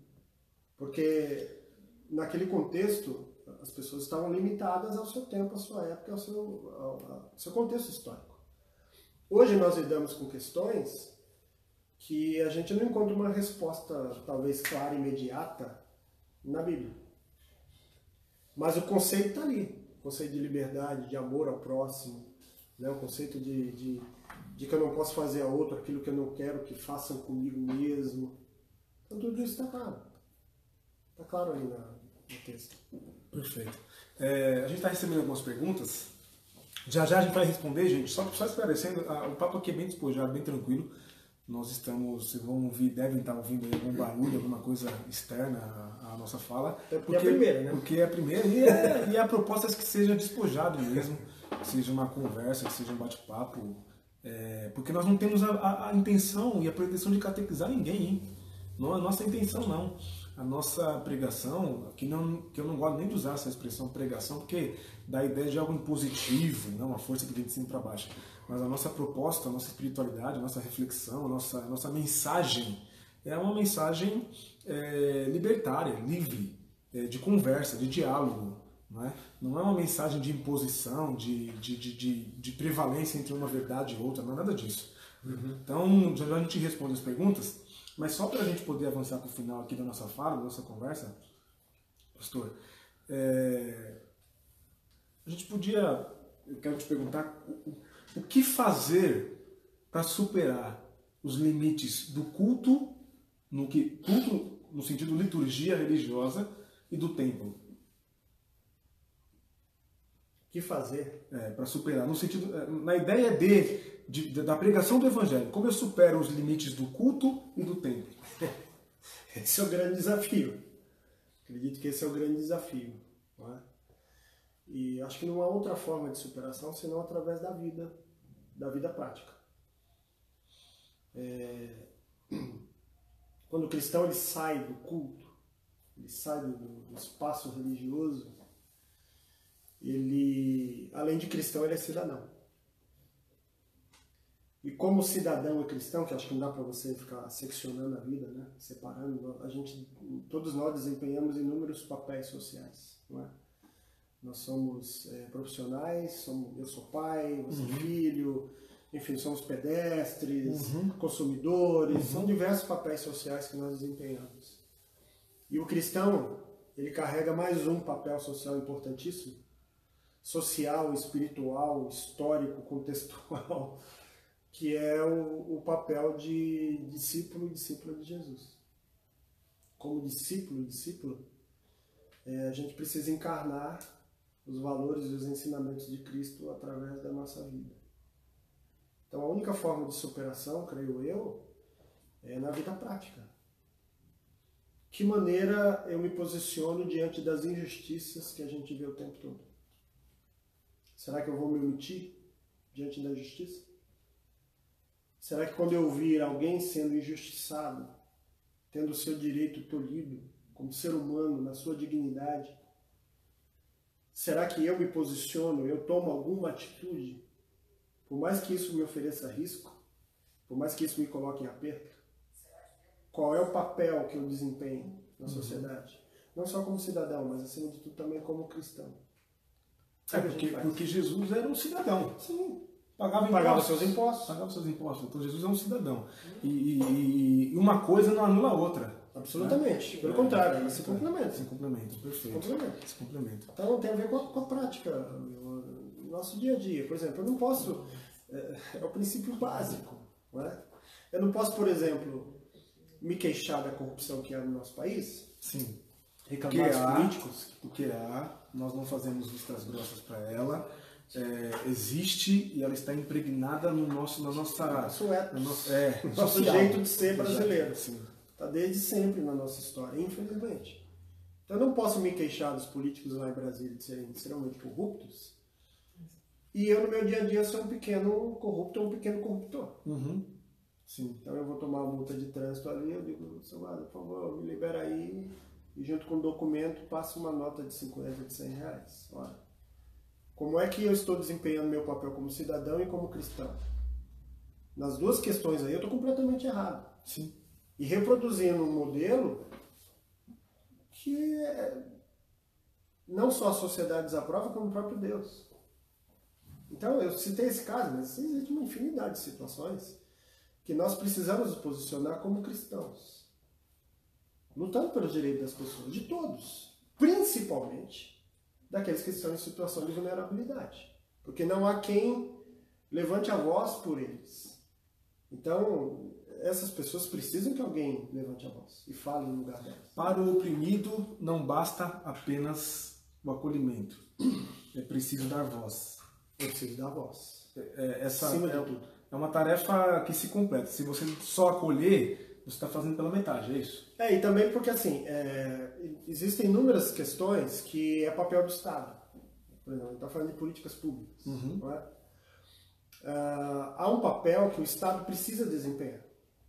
Porque naquele contexto, as pessoas estavam limitadas ao seu tempo, à sua época, ao seu contexto histórico. Hoje nós lidamos com questões que a gente não encontra uma resposta, talvez clara e imediata, na Bíblia. Mas o conceito está ali. O conceito de liberdade, de amor ao próximo, né? O conceito de que eu não posso fazer a outro aquilo que eu não quero que façam comigo mesmo. Então tudo isso está claro. Está claro aí no texto. Perfeito. A gente está recebendo algumas perguntas. Já a gente vai responder, gente. Só esclarecendo, o papo aqui é bem despojado, bem tranquilo. Nós estamos, vocês vão ouvir, devem estar ouvindo aí algum barulho, alguma coisa externa à nossa fala. Porque é a primeira, né? Porque é a primeira e a proposta é que seja despojado mesmo, que seja uma conversa, que seja um bate-papo. Porque nós não temos a intenção e a pretensão de catequizar ninguém, hein? Não é a nossa intenção, não. A nossa pregação, que eu não gosto nem de usar essa expressão pregação, porque dá a ideia de algo impositivo, não uma força que vem de cima para baixo. Mas a nossa proposta, a nossa espiritualidade, a nossa reflexão, a nossa mensagem é uma mensagem libertária, livre, de conversa, de diálogo. Não é uma mensagem de imposição, de prevalência entre uma verdade e outra, não é nada disso. Uhum. Então, já a gente responde as perguntas, mas só para a gente poder avançar para o final aqui da nossa fala, da nossa conversa, pastor, a gente podia, eu quero te perguntar, o que fazer para superar os limites do culto no sentido liturgia religiosa e do templo? O que fazer? Para superar, no sentido, na ideia da pregação do evangelho, como eu supero os limites do culto e do templo? Esse é o grande desafio. Acredito que esse é o grande desafio. Não é? E acho que não há outra forma de superação senão através da vida prática. Quando o cristão ele sai do culto, ele sai do espaço religioso, ele, além de cristão, ele é cidadão. E como cidadão e cristão, que acho que não dá para você ficar seccionando a vida, né? Separando, todos nós desempenhamos inúmeros papéis sociais, não é? Nós somos profissionais, eu sou pai, você é filho, enfim, somos pedestres, consumidores, são diversos papéis sociais que nós desempenhamos. E o cristão, ele carrega mais um papel social importantíssimo, social, espiritual, histórico, contextual, que é o papel de discípulo e discípula de Jesus. Como discípulo e discípula, a gente precisa encarnar os valores e os ensinamentos de Cristo através da nossa vida. Então a única forma de superação, creio eu, é na vida prática. Que maneira eu me posiciono diante das injustiças que a gente vê o tempo todo? Será que eu vou me omitir diante da justiça? Será que quando eu vir alguém sendo injustiçado, tendo o seu direito tolhido, como ser humano, na sua dignidade, será que eu me posiciono, eu tomo alguma atitude, por mais que isso me ofereça risco, por mais que isso me coloque em aperto? Qual é o papel que eu desempenho na sociedade? Não só como cidadão, mas acima de tudo também como cristão. Porque Jesus era um cidadão. Sim. Pagava seus impostos. Pagava seus impostos. Então Jesus é um cidadão. E uma coisa não anula a outra. Absolutamente. Né? Pelo contrário, elas se complementam. Se complementam, perfeito. Se complementam. Então tem a ver com a prática, o nosso dia a dia. Por exemplo, eu não posso... É o princípio básico. Não é? Eu não posso, por exemplo, me queixar da corrupção que há no nosso país. Sim. Reclamar dos políticos. Porque nós não fazemos vistas grossas para ela. Existe e ela está impregnada no nosso jeito de ser brasileiro. Está desde sempre na nossa história, infelizmente. Então eu não posso me queixar dos políticos lá em Brasília de serem extremamente corruptos e eu no meu dia a dia sou um pequeno corrupto ou um pequeno corruptor. Sim. Então eu vou tomar uma multa de trânsito ali, eu digo, seu guarda, por favor, me libera aí, e junto com o documento passo uma nota de 50, de 100 reais. Olha, como é que eu estou desempenhando meu papel como cidadão e como cristão? Nas duas questões aí eu estou completamente errado. Sim. E reproduzindo um modelo que não só a sociedade desaprova, como o próprio Deus. Então eu citei esse caso, mas existe uma infinidade de situações que nós precisamos nos posicionar como cristãos, lutando pelos direitos das pessoas, de todos, principalmente daqueles que estão em situação de vulnerabilidade, porque não há quem levante a voz por eles. Então, essas pessoas precisam que alguém levante a voz e fale no lugar delas. Para o oprimido, não basta apenas o acolhimento. É preciso dar voz. É preciso dar voz. Essa acima de tudo. é uma tarefa que se completa. Se você só acolher, você está fazendo pela metade, é isso? E também porque, assim, existem inúmeras questões que é papel do Estado. Por exemplo, a gente está falando de políticas públicas, não é? Há um papel que o Estado precisa desempenhar.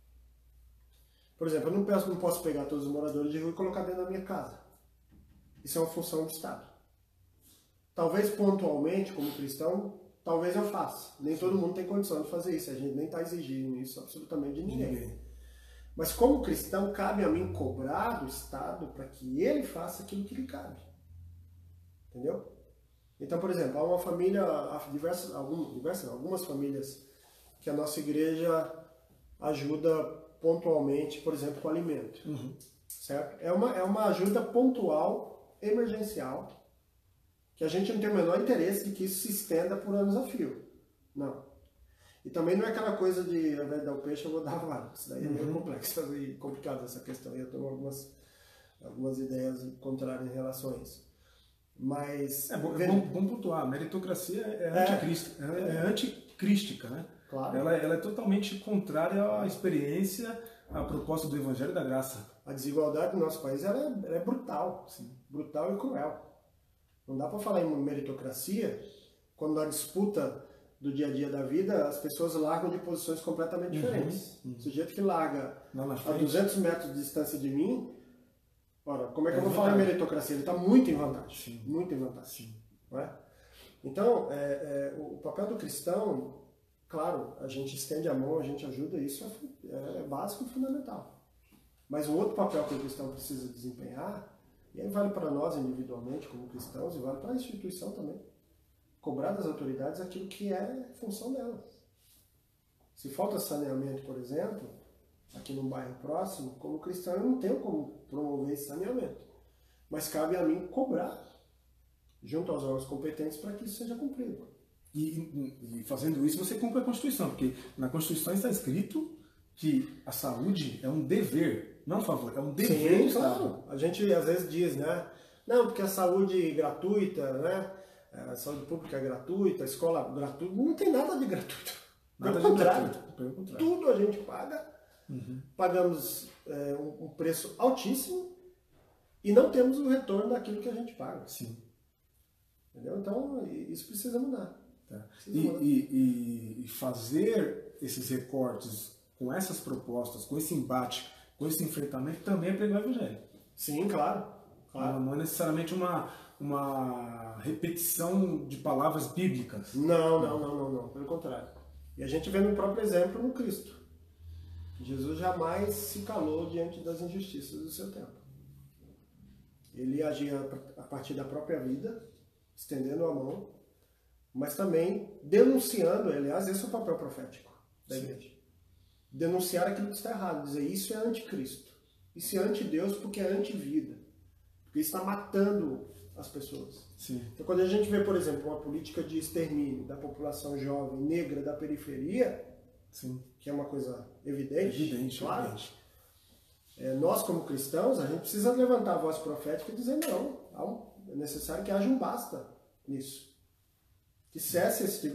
Por exemplo, eu não posso pegar todos os moradores de rua e colocar dentro da minha casa. Isso é uma função do Estado. Talvez pontualmente, como cristão, talvez eu faça. Nem todo mundo tem condição de fazer isso. A gente nem está exigindo isso absolutamente de ninguém. Mas como cristão, cabe a mim cobrar do Estado para que ele faça aquilo que lhe cabe. Entendeu? Então, por exemplo, há uma família, algumas famílias que a nossa igreja ajuda pontualmente, por exemplo, com alimento. Certo? É uma ajuda pontual, emergencial, que a gente não tem o menor interesse de que isso se estenda por anos a fio. Não. E também não é aquela coisa de, ao invés de dar o peixe, eu vou dar a vara. Isso daí é meio complexo e complicado essa questão. E eu tenho algumas ideias contrárias em relação a isso. Mas... É bom pontuar. A meritocracia é anticrística, né? Claro. Ela é totalmente contrária à experiência, à proposta do Evangelho da Graça. A desigualdade do nosso país ela é brutal. Sim. Brutal e cruel. Não dá para falar em meritocracia quando na disputa do dia a dia da vida as pessoas largam de posições completamente diferentes. O sujeito que larga a 200 metros de distância de mim, ora, como é que eu vou falar em meritocracia? Ele está muito em vantagem. Sim. Muito em vantagem. Não é? Então, o papel do cristão, claro, a gente estende a mão, a gente ajuda, isso é básico e fundamental. Mas o outro papel que o cristão precisa desempenhar, e aí vale para nós individualmente como cristãos e vale para a instituição também, cobrar das autoridades aquilo que é função delas. Se falta saneamento, por exemplo, aqui num bairro próximo, como cristão eu não tenho como promover esse saneamento. Mas cabe a mim cobrar, junto aos órgãos competentes, para que isso seja cumprido. E fazendo isso você cumpre a Constituição, porque na Constituição está escrito que a saúde é um dever, não um favor, é um dever. Sim, claro. A gente às vezes diz, né? Não, porque a saúde gratuita, né? A saúde pública é gratuita, a escola gratuita, não tem nada de gratuito. Pelo contrário, tudo a gente paga, pagamos um preço altíssimo e não temos o retorno daquilo que a gente paga. Sim. Entendeu? Então, isso precisa mudar. Tá. E fazer esses recortes com essas propostas, com esse embate, com esse enfrentamento, também é pregar o Evangelho. Sim, claro. Não é necessariamente uma repetição de palavras bíblicas. Não. Pelo contrário. E a gente vê no próprio exemplo no Cristo. Jesus jamais se calou diante das injustiças do seu tempo. Ele agia a partir da própria vida, estendendo a mão, mas também denunciando, aliás, esse é o papel profético da igreja. Denunciar aquilo que está errado, dizer isso é anticristo, isso é anti-Deus porque é anti-vida, porque está matando as pessoas. Sim. Então, quando a gente vê, por exemplo, uma política de extermínio da população jovem negra da periferia, sim, que é uma coisa evidente, claro. Evidente. Nós, como cristãos, a gente precisa levantar a voz profética e dizer não, é necessário que haja um basta nisso. Que cesse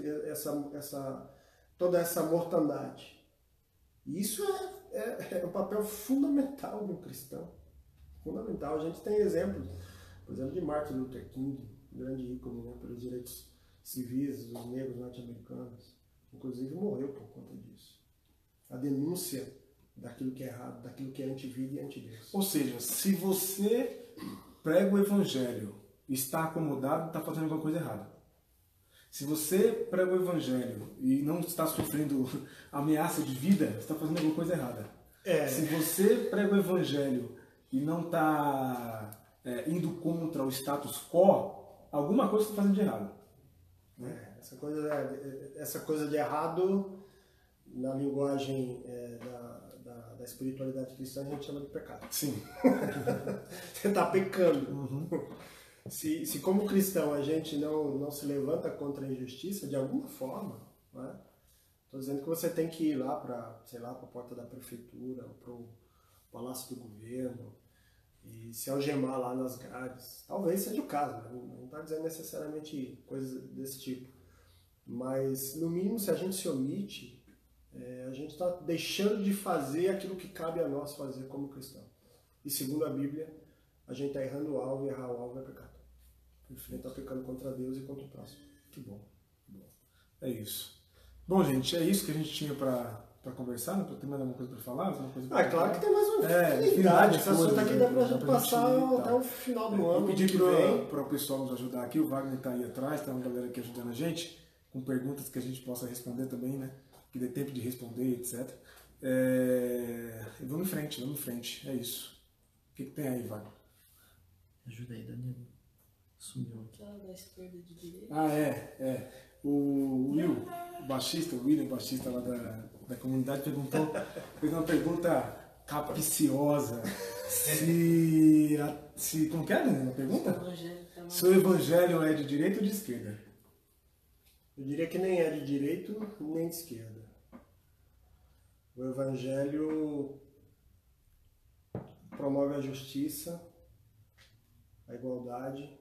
toda essa mortandade. E isso é um papel fundamental do cristão. Fundamental. A gente tem exemplos, por exemplo, de Martin Luther King, um grande ícone, né, pelos direitos civis dos negros norte-americanos. Inclusive morreu por conta disso. A denúncia daquilo que é errado, daquilo que é antivida e antideus. Ou seja, se você prega o Evangelho e está acomodado, está fazendo alguma coisa errada. Se você prega o Evangelho e não está sofrendo ameaça de vida, você está fazendo alguma coisa errada. Se você prega o Evangelho e não está indo contra o status quo, alguma coisa você está fazendo de errado. Essa coisa de errado, na linguagem da espiritualidade cristã, a gente chama de pecado. Sim. Você está pecando. Se como cristão a gente não se levanta contra a injustiça, de alguma forma, né? Estou dizendo que você tem que ir lá para a porta da prefeitura, ou para o palácio do governo, e se algemar lá nas grades. Talvez seja o caso, né? Não está dizendo necessariamente coisas desse tipo. Mas, no mínimo, se a gente se omite, a gente está deixando de fazer aquilo que cabe a nós fazer como cristão. E segundo a Bíblia, a gente está errando o alvo, e errar o alvo é pecado. A gente está pecando contra Deus e contra o próximo. Que bom. É isso. Bom, gente, é isso que a gente tinha para conversar. Não tem mais alguma coisa para falar? É claro que tem mais uma infinidade. Esse assunto aqui dá para a gente passar até o final do ano. Eu pedi para o pessoal nos ajudar aqui. O Wagner está aí atrás, tem uma galera aqui ajudando a gente, com perguntas que a gente possa responder também, né? Que dê tempo de responder, etc. E vamos em frente. É isso. O que tem aí, Wagner? Ajuda aí, Danilo. Sumiu aqui. Da esquerda e de direita. O Will, o William, baixista lá da comunidade, fez uma pergunta capciosa. Como que é, Daniel, a pergunta? Se o evangelho é de direita ou de esquerda? Eu diria que nem é de direita nem de esquerda. O evangelho promove a justiça, a igualdade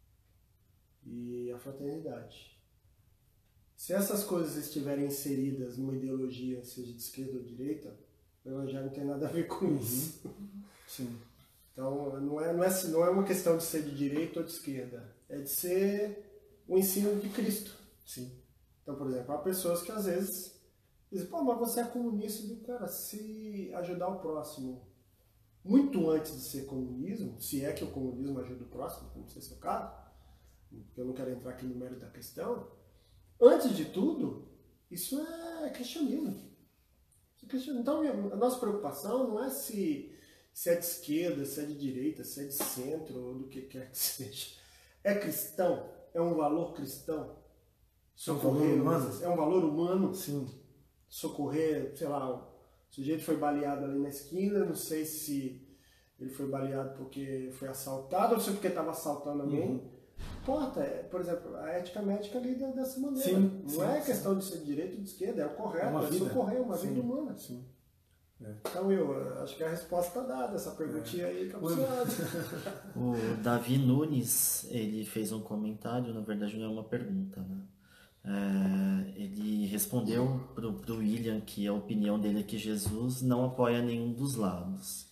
e a fraternidade. Se essas coisas estiverem inseridas numa ideologia, seja de esquerda ou de direita, o evangelho não tem nada a ver com isso. Sim. Então, não é uma questão de ser de direita ou de esquerda, é de ser o ensino de Cristo. Sim. Então, por exemplo, há pessoas que às vezes dizem, mas você é comunista, cara, se ajudar o próximo muito antes de ser comunismo, se é que o comunismo ajuda o próximo, como sei se é o caso, porque eu não quero entrar aqui no mérito da questão, antes de tudo, isso é cristianismo. Então, a nossa preocupação não é se é de esquerda, se é de direita, se é de centro, ou do que quer que seja. É cristão? É um valor cristão? Socorrer, é um valor humano? Sim. Socorrer, sei lá, o sujeito foi baleado ali na esquina, não sei se ele foi baleado porque foi assaltado ou se porque estava assaltando alguém. Importa, por exemplo, a ética médica lida dessa maneira. Sim, não é questão de ser de direita ou de esquerda, é o correto, é socorrer uma vida humana. Sim. Então eu acho que a resposta está dada, essa perguntinha aí capciosa. O Davi Nunes, ele fez um comentário, na verdade não é uma pergunta, né? Ele respondeu pro William que a opinião dele é que Jesus não apoia nenhum dos lados.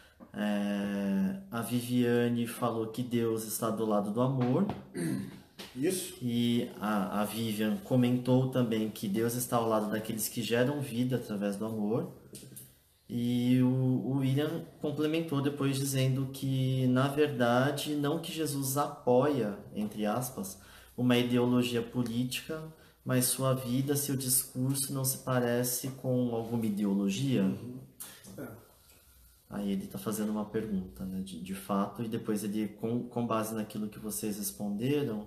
A Viviane falou que Deus está do lado do amor. Isso. E a Vivian comentou também que Deus está ao lado daqueles que geram vida através do amor. E o William complementou depois dizendo que, na verdade, não que Jesus apoia, entre aspas, uma ideologia política, mas sua vida, seu discurso não se parece com alguma ideologia. Aí ele está fazendo uma pergunta, né, de fato, e depois ele, com base naquilo que vocês responderam,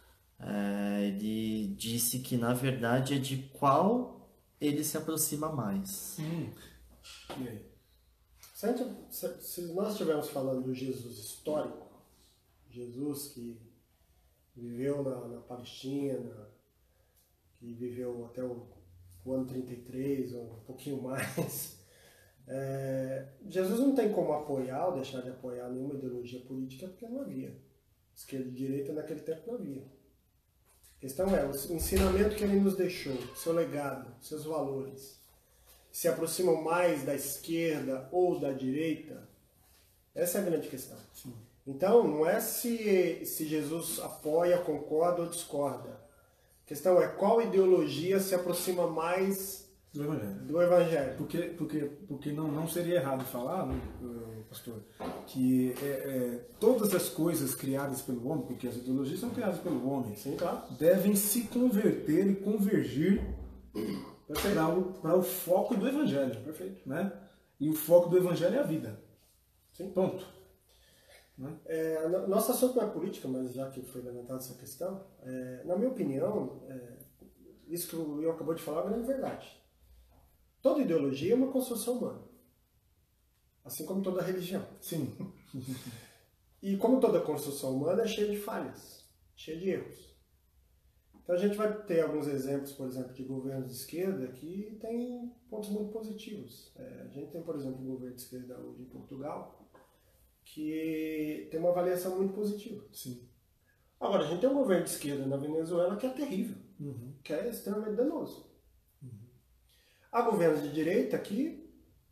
ele disse que, na verdade, é de qual ele se aproxima mais. E aí? Se nós estivermos falando do Jesus histórico, Jesus que viveu na Palestina, que viveu até o ano 33, ou um pouquinho mais, Jesus não tem como apoiar ou deixar de apoiar nenhuma ideologia política porque não havia. Esquerda e direita naquele tempo não havia. A questão é, o ensinamento que ele nos deixou, seu legado, seus valores, se aproximam mais da esquerda ou da direita? Essa é a grande questão. Sim. Então, não é se Jesus apoia, concorda ou discorda. A questão é qual ideologia se aproxima mais do Evangelho. Porque não seria errado falar, né, pastor, que todas as coisas criadas pelo homem, porque as ideologias são criadas pelo homem, sim, claro, devem se converter e convergir para o foco do Evangelho. Perfeito. Né? E o foco do Evangelho é a vida. Sim. Ponto. Né? Nosso assunto não é política, mas já que foi levantada essa questão, na minha opinião, isso que eu acabou de falar é uma grande verdade. Toda ideologia é uma construção humana. Assim como toda religião. Sim. E como toda construção humana é cheia de falhas, cheia de erros. Então a gente vai ter alguns exemplos, por exemplo, de governos de esquerda que têm pontos muito positivos. A gente tem, por exemplo, o governo de esquerda hoje em Portugal, que tem uma avaliação muito positiva. Sim. Agora, a gente tem um governo de esquerda na Venezuela que é terrível, Uhum. que é extremamente danoso. Uhum. Há governos de direita que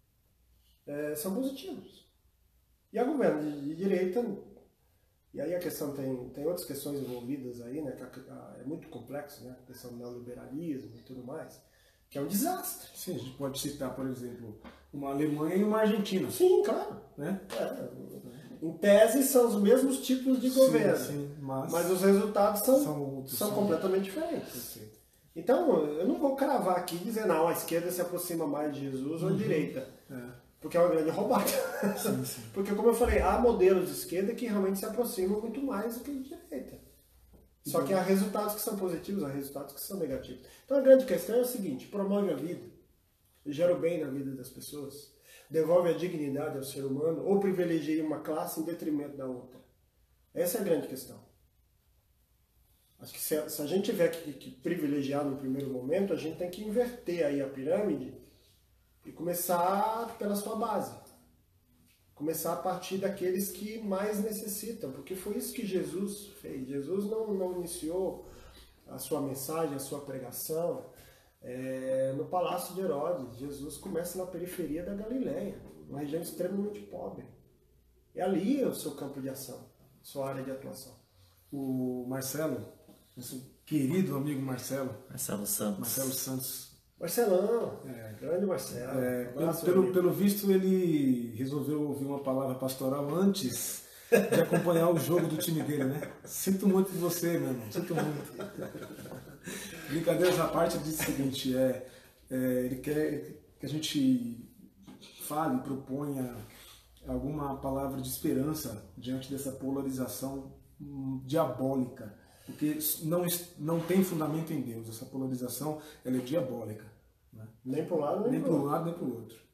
são positivos. E há governos de direita, e aí a questão tem outras questões envolvidas aí, né, que é muito complexo, né, a questão do neoliberalismo e tudo mais, que é um desastre. Sim, a gente pode citar, por exemplo, uma Alemanha e uma Argentina. Sim, claro. Né? Em tese são os mesmos tipos de governo, sim, mas os resultados são completamente diferentes. Sim. Então, eu não vou cravar aqui e dizer, não, a esquerda se aproxima mais de Jesus ou a direita. Porque é uma grande roubada. Sim, sim. Porque, como eu falei, há modelos de esquerda que realmente se aproximam muito mais do que de direita. Só que há resultados que são positivos, há resultados que são negativos. Então, a grande questão é o seguinte: promove a vida, gera o bem na vida das pessoas, devolve a dignidade ao ser humano ou privilegia uma classe em detrimento da outra. Essa é a grande questão. Acho que se a gente tiver que privilegiar no primeiro momento, a gente tem que inverter aí a pirâmide e começar pela sua base. Começar a partir daqueles que mais necessitam, porque foi isso que Jesus fez. Jesus não iniciou a sua mensagem, a sua pregação no Palácio de Herodes. Jesus começa na periferia da Galileia, uma região extremamente pobre. E ali é o seu campo de ação, sua área de atuação. O Marcelo, nosso querido amigo Marcelo Santos. Marcelão, grande Marcelo. Pelo visto, ele resolveu ouvir uma palavra pastoral antes de acompanhar o jogo do time dele, né? Sinto muito de você, meu irmão. Sinto muito. Brincadeiras à parte, ele disse o seguinte: ele quer que a gente fale, proponha alguma palavra de esperança diante dessa polarização diabólica. Porque não tem fundamento em Deus. Essa polarização ela é diabólica. Né? Nem para um lado, nem para um lado, nem para o outro.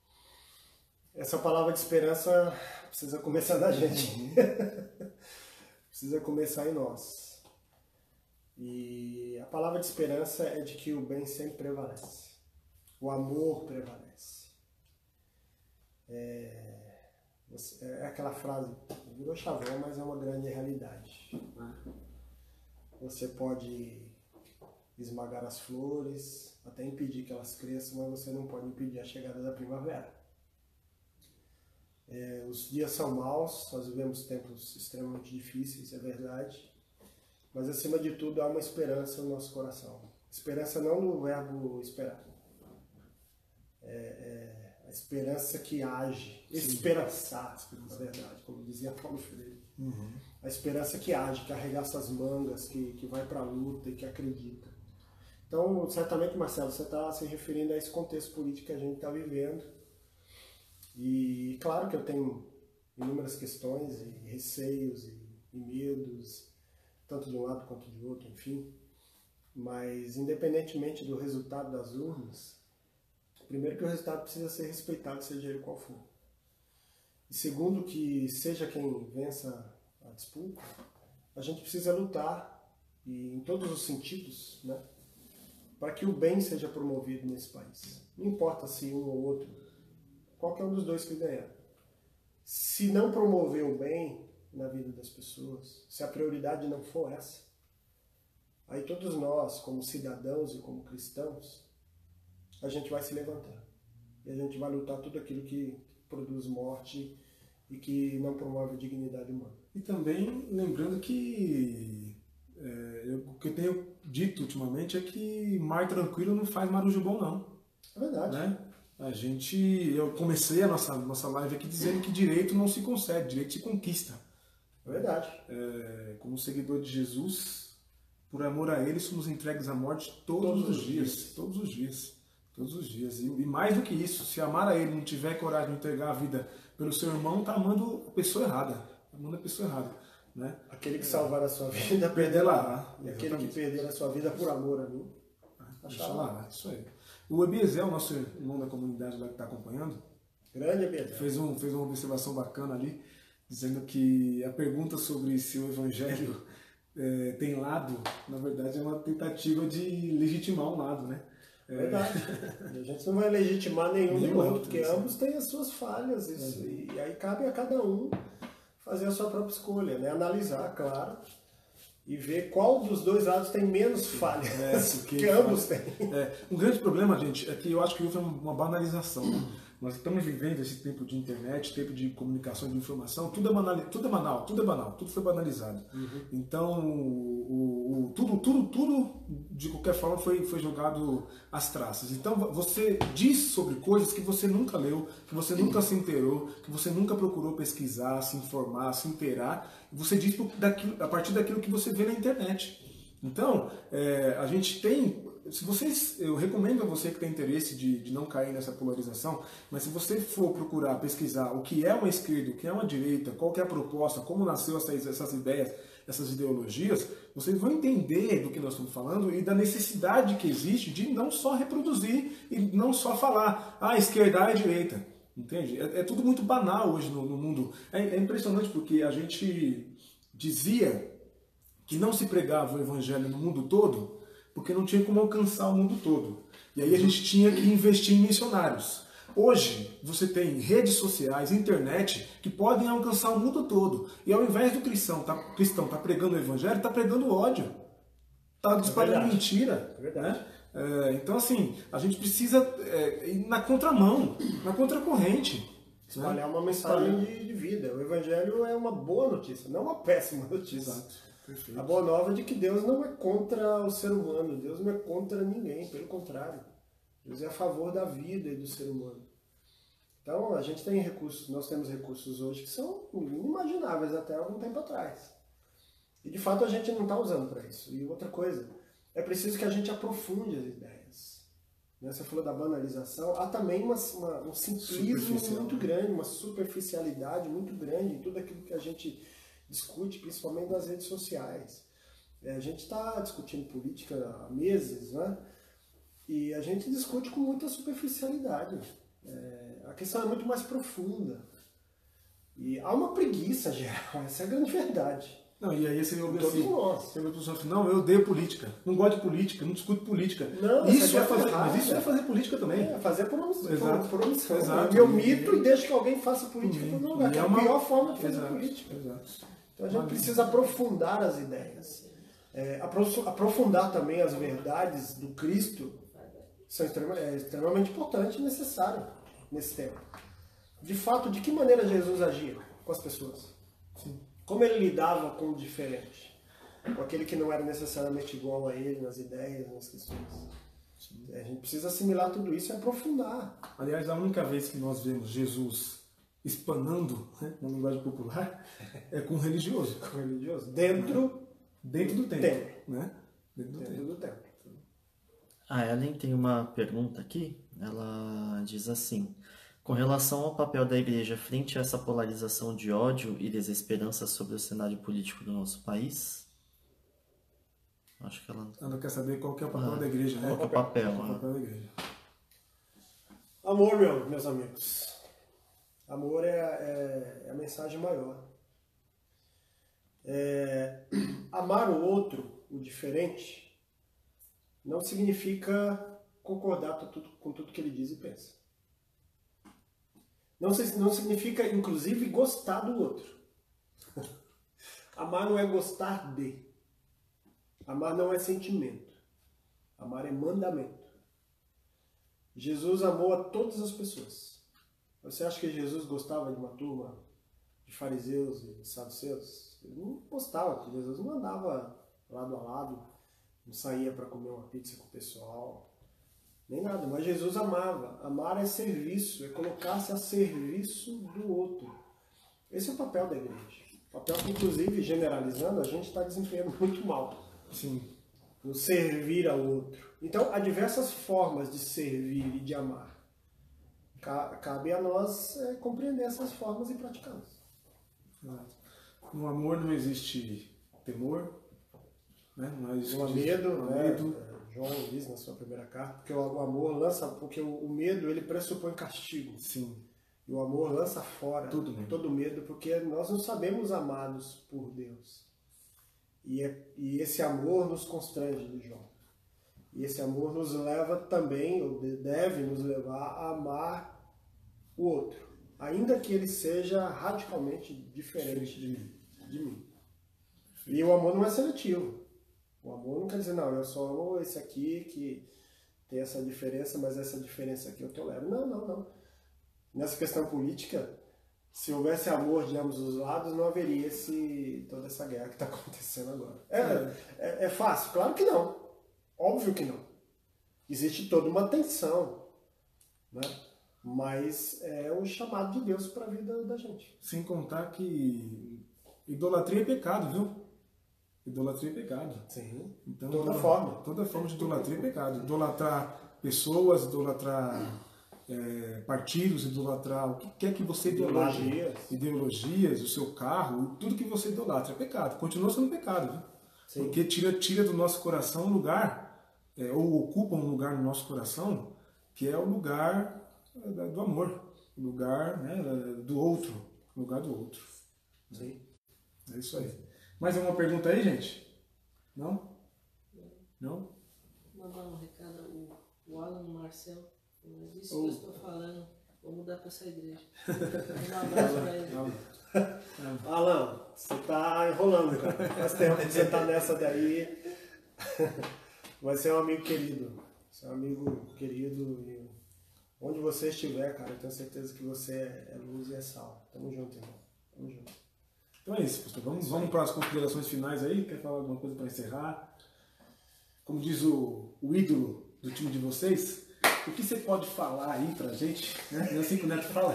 Essa palavra de esperança precisa começar na gente. Precisa começar em nós. E a palavra de esperança é de que o bem sempre prevalece. O amor prevalece. É aquela frase, virou chavão, mas é uma grande realidade. Você pode esmagar as flores, até impedir que elas cresçam, mas você não pode impedir a chegada da primavera. Os dias são maus, nós vivemos tempos extremamente difíceis, é verdade, mas acima de tudo há uma esperança no nosso coração. Esperança não no verbo esperar. A esperança que age, esperançar, na verdade, como dizia Paulo Freire. A esperança que age, que arregaça as mangas, que vai para a luta e que acredita. Então, certamente, Marcelo, você está se referindo a esse contexto político que a gente está vivendo. E claro que eu tenho inúmeras questões e receios e medos, tanto de um lado quanto de outro, enfim. Mas, independentemente do resultado das urnas, primeiro que o resultado precisa ser respeitado, seja ele qual for. E segundo que, seja quem vença a disputa, a gente precisa lutar, e em todos os sentidos, né, para que o bem seja promovido nesse país. Não importa se um ou outro, qualquer um dos dois que ganhar. Se não promover o bem na vida das pessoas, se a prioridade não for essa, aí todos nós, como cidadãos e como cristãos, a gente vai se levantar. E a gente vai lutar tudo aquilo que produz morte e que não promove a dignidade humana. E também lembrando que o que eu tenho dito ultimamente é que mar tranquilo não faz marujo bom, não. É verdade. Né? Eu comecei a nossa live aqui dizendo que direito não se concede, direito se conquista. É verdade. Como seguidor de Jesus, por amor a ele, somos entregues à morte todos os dias. Todos os dias. Todos os dias. E mais do que isso, se amar a ele não tiver coragem de entregar a vida pelo seu irmão, está amando a pessoa errada. Está amando a pessoa errada. Né? Aquele que salvar a sua vida, perderá. E aquele que perder a sua vida por amor a mim, achará. Isso aí. O Ebiesel, nosso irmão da comunidade lá que está acompanhando, grande Ebiesel, fez uma observação bacana ali, dizendo que a pergunta sobre se o evangelho tem lado, na verdade é uma tentativa de legitimar um lado, né? Verdade. A gente não vai legitimar nenhum nem outro, porque ambos têm as suas falhas. E aí cabe a cada um fazer a sua própria escolha, né? Analisar, claro, e ver qual dos dois lados tem menos falhas, que ambos têm. Um grande problema, gente, é que eu acho que houve uma banalização. Né? Nós estamos vivendo esse tempo de internet, tempo de comunicação, de informação, tudo é banal, tudo foi banalizado. Então, tudo de qualquer forma foi jogado às traças. Então, você diz sobre coisas que você nunca leu, que você nunca se inteirou, que você nunca procurou pesquisar, se informar, se inteirar. Você diz a partir daquilo que você vê na internet. Então, a gente tem... eu recomendo a você que tem interesse de não cair nessa polarização, mas se você for procurar pesquisar o que é uma esquerda, o que é uma direita, qual que é a proposta, como nasceu essas ideias, essas ideologias, vocês vão entender do que nós estamos falando e da necessidade que existe de não só reproduzir e não só falar, esquerda é direita. Entende? É tudo muito banal hoje no mundo. É impressionante porque a gente dizia que não se pregava o evangelho no mundo todo porque não tinha como alcançar o mundo todo. E aí a gente tinha que investir em missionários. Hoje, você tem redes sociais, internet, que podem alcançar o mundo todo. E ao invés do cristão tá pregando o evangelho, está pregando ódio. Está disparando mentira. É verdade. Né? Então, assim, a gente precisa ir na contramão, na contracorrente. Espalhar uma mensagem de vida. O evangelho é uma boa notícia, não uma péssima notícia. Exato. Perfeito. A boa nova é de que Deus não é contra o ser humano, Deus não é contra ninguém, pelo contrário. Deus é a favor da vida e do ser humano. Então, a gente tem recursos, nós temos recursos hoje que são inimagináveis até algum tempo atrás. E, de fato, a gente não está usando para isso. E outra coisa, é preciso que a gente aprofunde as ideias. Você falou da banalização, há também um simplismo muito grande, uma superficialidade muito grande em tudo aquilo que a gente discute, principalmente nas redes sociais. A gente está discutindo política há meses, né? E a gente discute com muita superficialidade. A questão é muito mais profunda. E há uma preguiça geral, essa é a grande verdade. Não, e aí você ouve assim, não, eu odeio política, não gosto de política, não discuto política. Não, isso é fazer política também. Fazer por omissão. Exato. Eu mito e deixo que alguém faça política por meu lugar, que é a pior forma de fazer política. Exato. Então a gente precisa aprofundar as ideias. Aprofundar também as verdades do Cristo são extremamente importante e necessário nesse tempo. De fato, de que maneira Jesus agia com as pessoas? Sim. Como ele lidava com o diferente? Com aquele que não era necessariamente igual a ele nas ideias, nas questões. Sim. A gente precisa assimilar tudo isso e aprofundar. Aliás, a única vez que nós vemos Jesus espanando, né, na linguagem popular, é com o religioso. Com o religioso. Dentro do templo. Né? Dentro do templo. A Ellen tem uma pergunta aqui. Ela diz assim: com relação ao papel da igreja frente a essa polarização de ódio e desesperança sobre o cenário político do nosso país? Acho que ela quer saber qual que é o papel da igreja, né? Qual que é o papel? Qual é o papel da igreja? Amor, meus amigos. Amor é a mensagem maior. Amar o outro, o diferente, não significa concordar com tudo que ele diz e pensa. Não significa, inclusive, gostar do outro. Amar não é gostar de. Amar não é sentimento. Amar é mandamento. Jesus amou a todas as pessoas. Você acha que Jesus gostava de uma turma de fariseus e saduceus? Ele não gostava, porque Jesus não andava lado a lado, não saía para comer uma pizza com o pessoal, nem nada. Mas Jesus amava. Amar é serviço, é colocar-se a serviço do outro. Esse é o papel da igreja. O papel que, inclusive, generalizando, a gente está desempenhando muito mal. Sim. No servir ao outro. Então, há diversas formas de servir e de amar. Cabe a nós compreender essas formas e praticá-las. No amor não existe temor, né? Não existe medo. João diz na sua primeira carta, porque o amor lança, porque o medo ele pressupõe castigo. Sim. E o amor lança fora todo medo, porque nós não sabemos amados por Deus. E esse amor nos constrange, diz João. E esse amor nos leva também, ou deve nos levar a amar o outro, ainda que ele seja radicalmente diferente de mim. E o amor não é seletivo. O amor não quer dizer, não, eu só amo esse aqui que tem essa diferença, mas essa diferença aqui eu tolero. Não, não, não. Nessa questão política, se houvesse amor de ambos os lados, não haveria toda essa guerra que está acontecendo agora. É fácil? Claro que não. Óbvio que não. Existe toda uma tensão, né? Mas é um chamado de Deus para a vida da gente. Sem contar que idolatria é pecado, viu? Idolatria é pecado. Sim. Então, toda forma. Toda forma de idolatria é pecado. Idolatrar pessoas, idolatrar partidos, idolatrar o que quer que você idolatre. Ideologias, o seu carro, tudo que você idolatra é pecado. Continua sendo pecado, viu? Sim. Porque tira do nosso coração um lugar, ou ocupa um lugar no nosso coração, que é o lugar do amor, o lugar, né, do outro. O lugar do outro. Sim. É isso aí. Mais alguma pergunta aí, gente? Não? Não? Mandar um recado, o Alan Marcel, disse que eu estou falando, vou mudar para essa igreja. Um abraço para ele. Alan, você está enrolando, cara. Faz tempo que você está nessa daí. Vai ser um amigo querido. Você é um amigo querido e onde você estiver, cara, eu tenho certeza que você é luz e é sal. Tamo junto, irmão. Tamo junto. Então é isso, pastor. Vamos para as considerações finais aí. Quer falar alguma coisa para encerrar? Como diz o ídolo do time de vocês, o que você pode falar aí pra gente? Né? Não é assim que o Neto fala?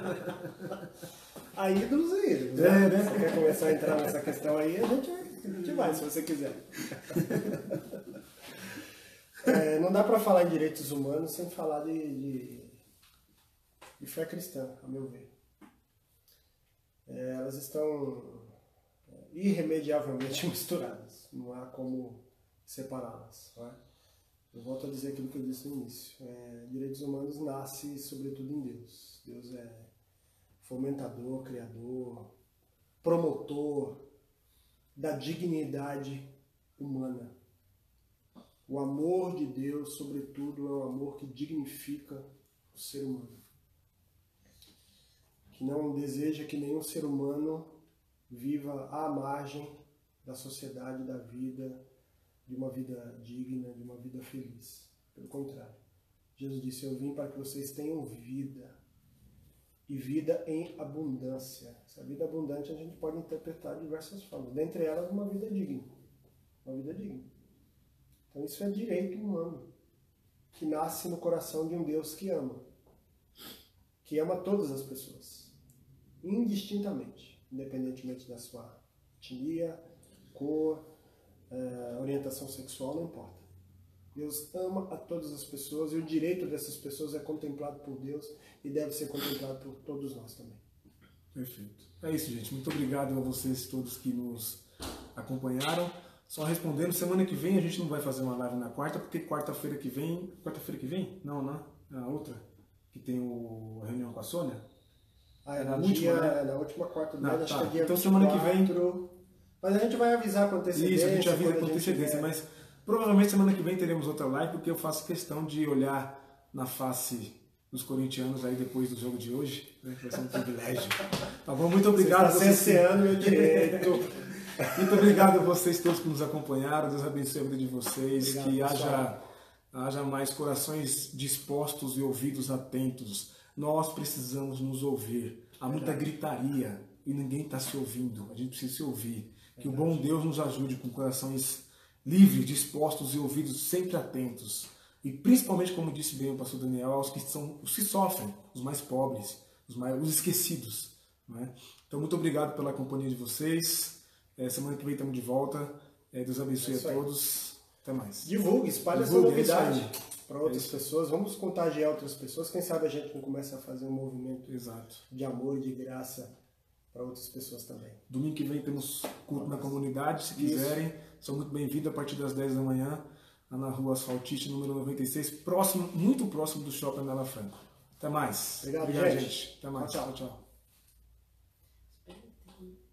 A ídolos é ídolos. Né? Você quer começar a entrar nessa questão aí, a gente vai, se você quiser. Não dá para falar em direitos humanos sem falar de fé cristã, a meu ver. Elas estão irremediavelmente misturadas, não há como separá-las. Não é? Eu volto a dizer aquilo que eu disse no início. Direitos humanos nasce sobretudo em Deus. Deus é fomentador, criador, promotor da dignidade humana. O amor de Deus, sobretudo, é um amor que dignifica o ser humano. Que não deseja que nenhum ser humano viva à margem da sociedade, da vida, de uma vida digna, de uma vida feliz. Pelo contrário, Jesus disse, eu vim para que vocês tenham vida, e vida em abundância. Essa vida abundante a gente pode interpretar de diversas formas, dentre elas uma vida digna. Uma vida digna. Então isso é direito humano, que nasce no coração de um Deus que ama todas as pessoas, indistintamente, independentemente da sua etnia, cor, orientação sexual, não importa. Deus ama a todas as pessoas e o direito dessas pessoas é contemplado por Deus e deve ser contemplado por todos nós também. Perfeito. É isso, gente. Muito obrigado a vocês todos que nos acompanharam. Só respondendo, semana que vem a gente não vai fazer uma live na quarta, porque quarta-feira que vem... Quarta-feira que vem? Não, né? É a outra, que tem a reunião com a Sônia. É na última, né? Na última quarta do mês, acho que é dia então semana que vem... Mas a gente vai avisar com antecedência. Isso, a gente avisa com antecedência, mas provavelmente semana que vem teremos outra live, porque eu faço questão de olhar na face dos corintianos aí depois do jogo de hoje, né? Vai ser um privilégio. Tá bom? Muito obrigado. Você está cerceando meu direito. Muito obrigado a vocês todos que nos acompanharam. Deus abençoe a vida de vocês. Obrigado, que haja mais corações dispostos e ouvidos atentos. Nós precisamos nos ouvir. Há muita gritaria e ninguém está se ouvindo. A gente precisa se ouvir. Que o bom Deus nos ajude com corações livres, dispostos e ouvidos sempre atentos. E principalmente, como disse bem o pastor Daniel, aos que sofrem, os mais pobres, os esquecidos. Né? Então, muito obrigado pela companhia de vocês. Semana que vem estamos de volta. Deus abençoe a todos. Até mais. Divulgue, espalhe essa novidade para outras pessoas. Vamos contagiar outras pessoas. Quem sabe a gente não começa a fazer um movimento de amor e de graça para outras pessoas também. Domingo que vem temos culto na comunidade, se quiserem, são muito bem-vindos a partir das 10 da manhã, lá na rua Asfaltite, número 96, muito próximo do Shopping Mela Franco. Até mais. Obrigado, gente. Até mais. Tchau, tchau.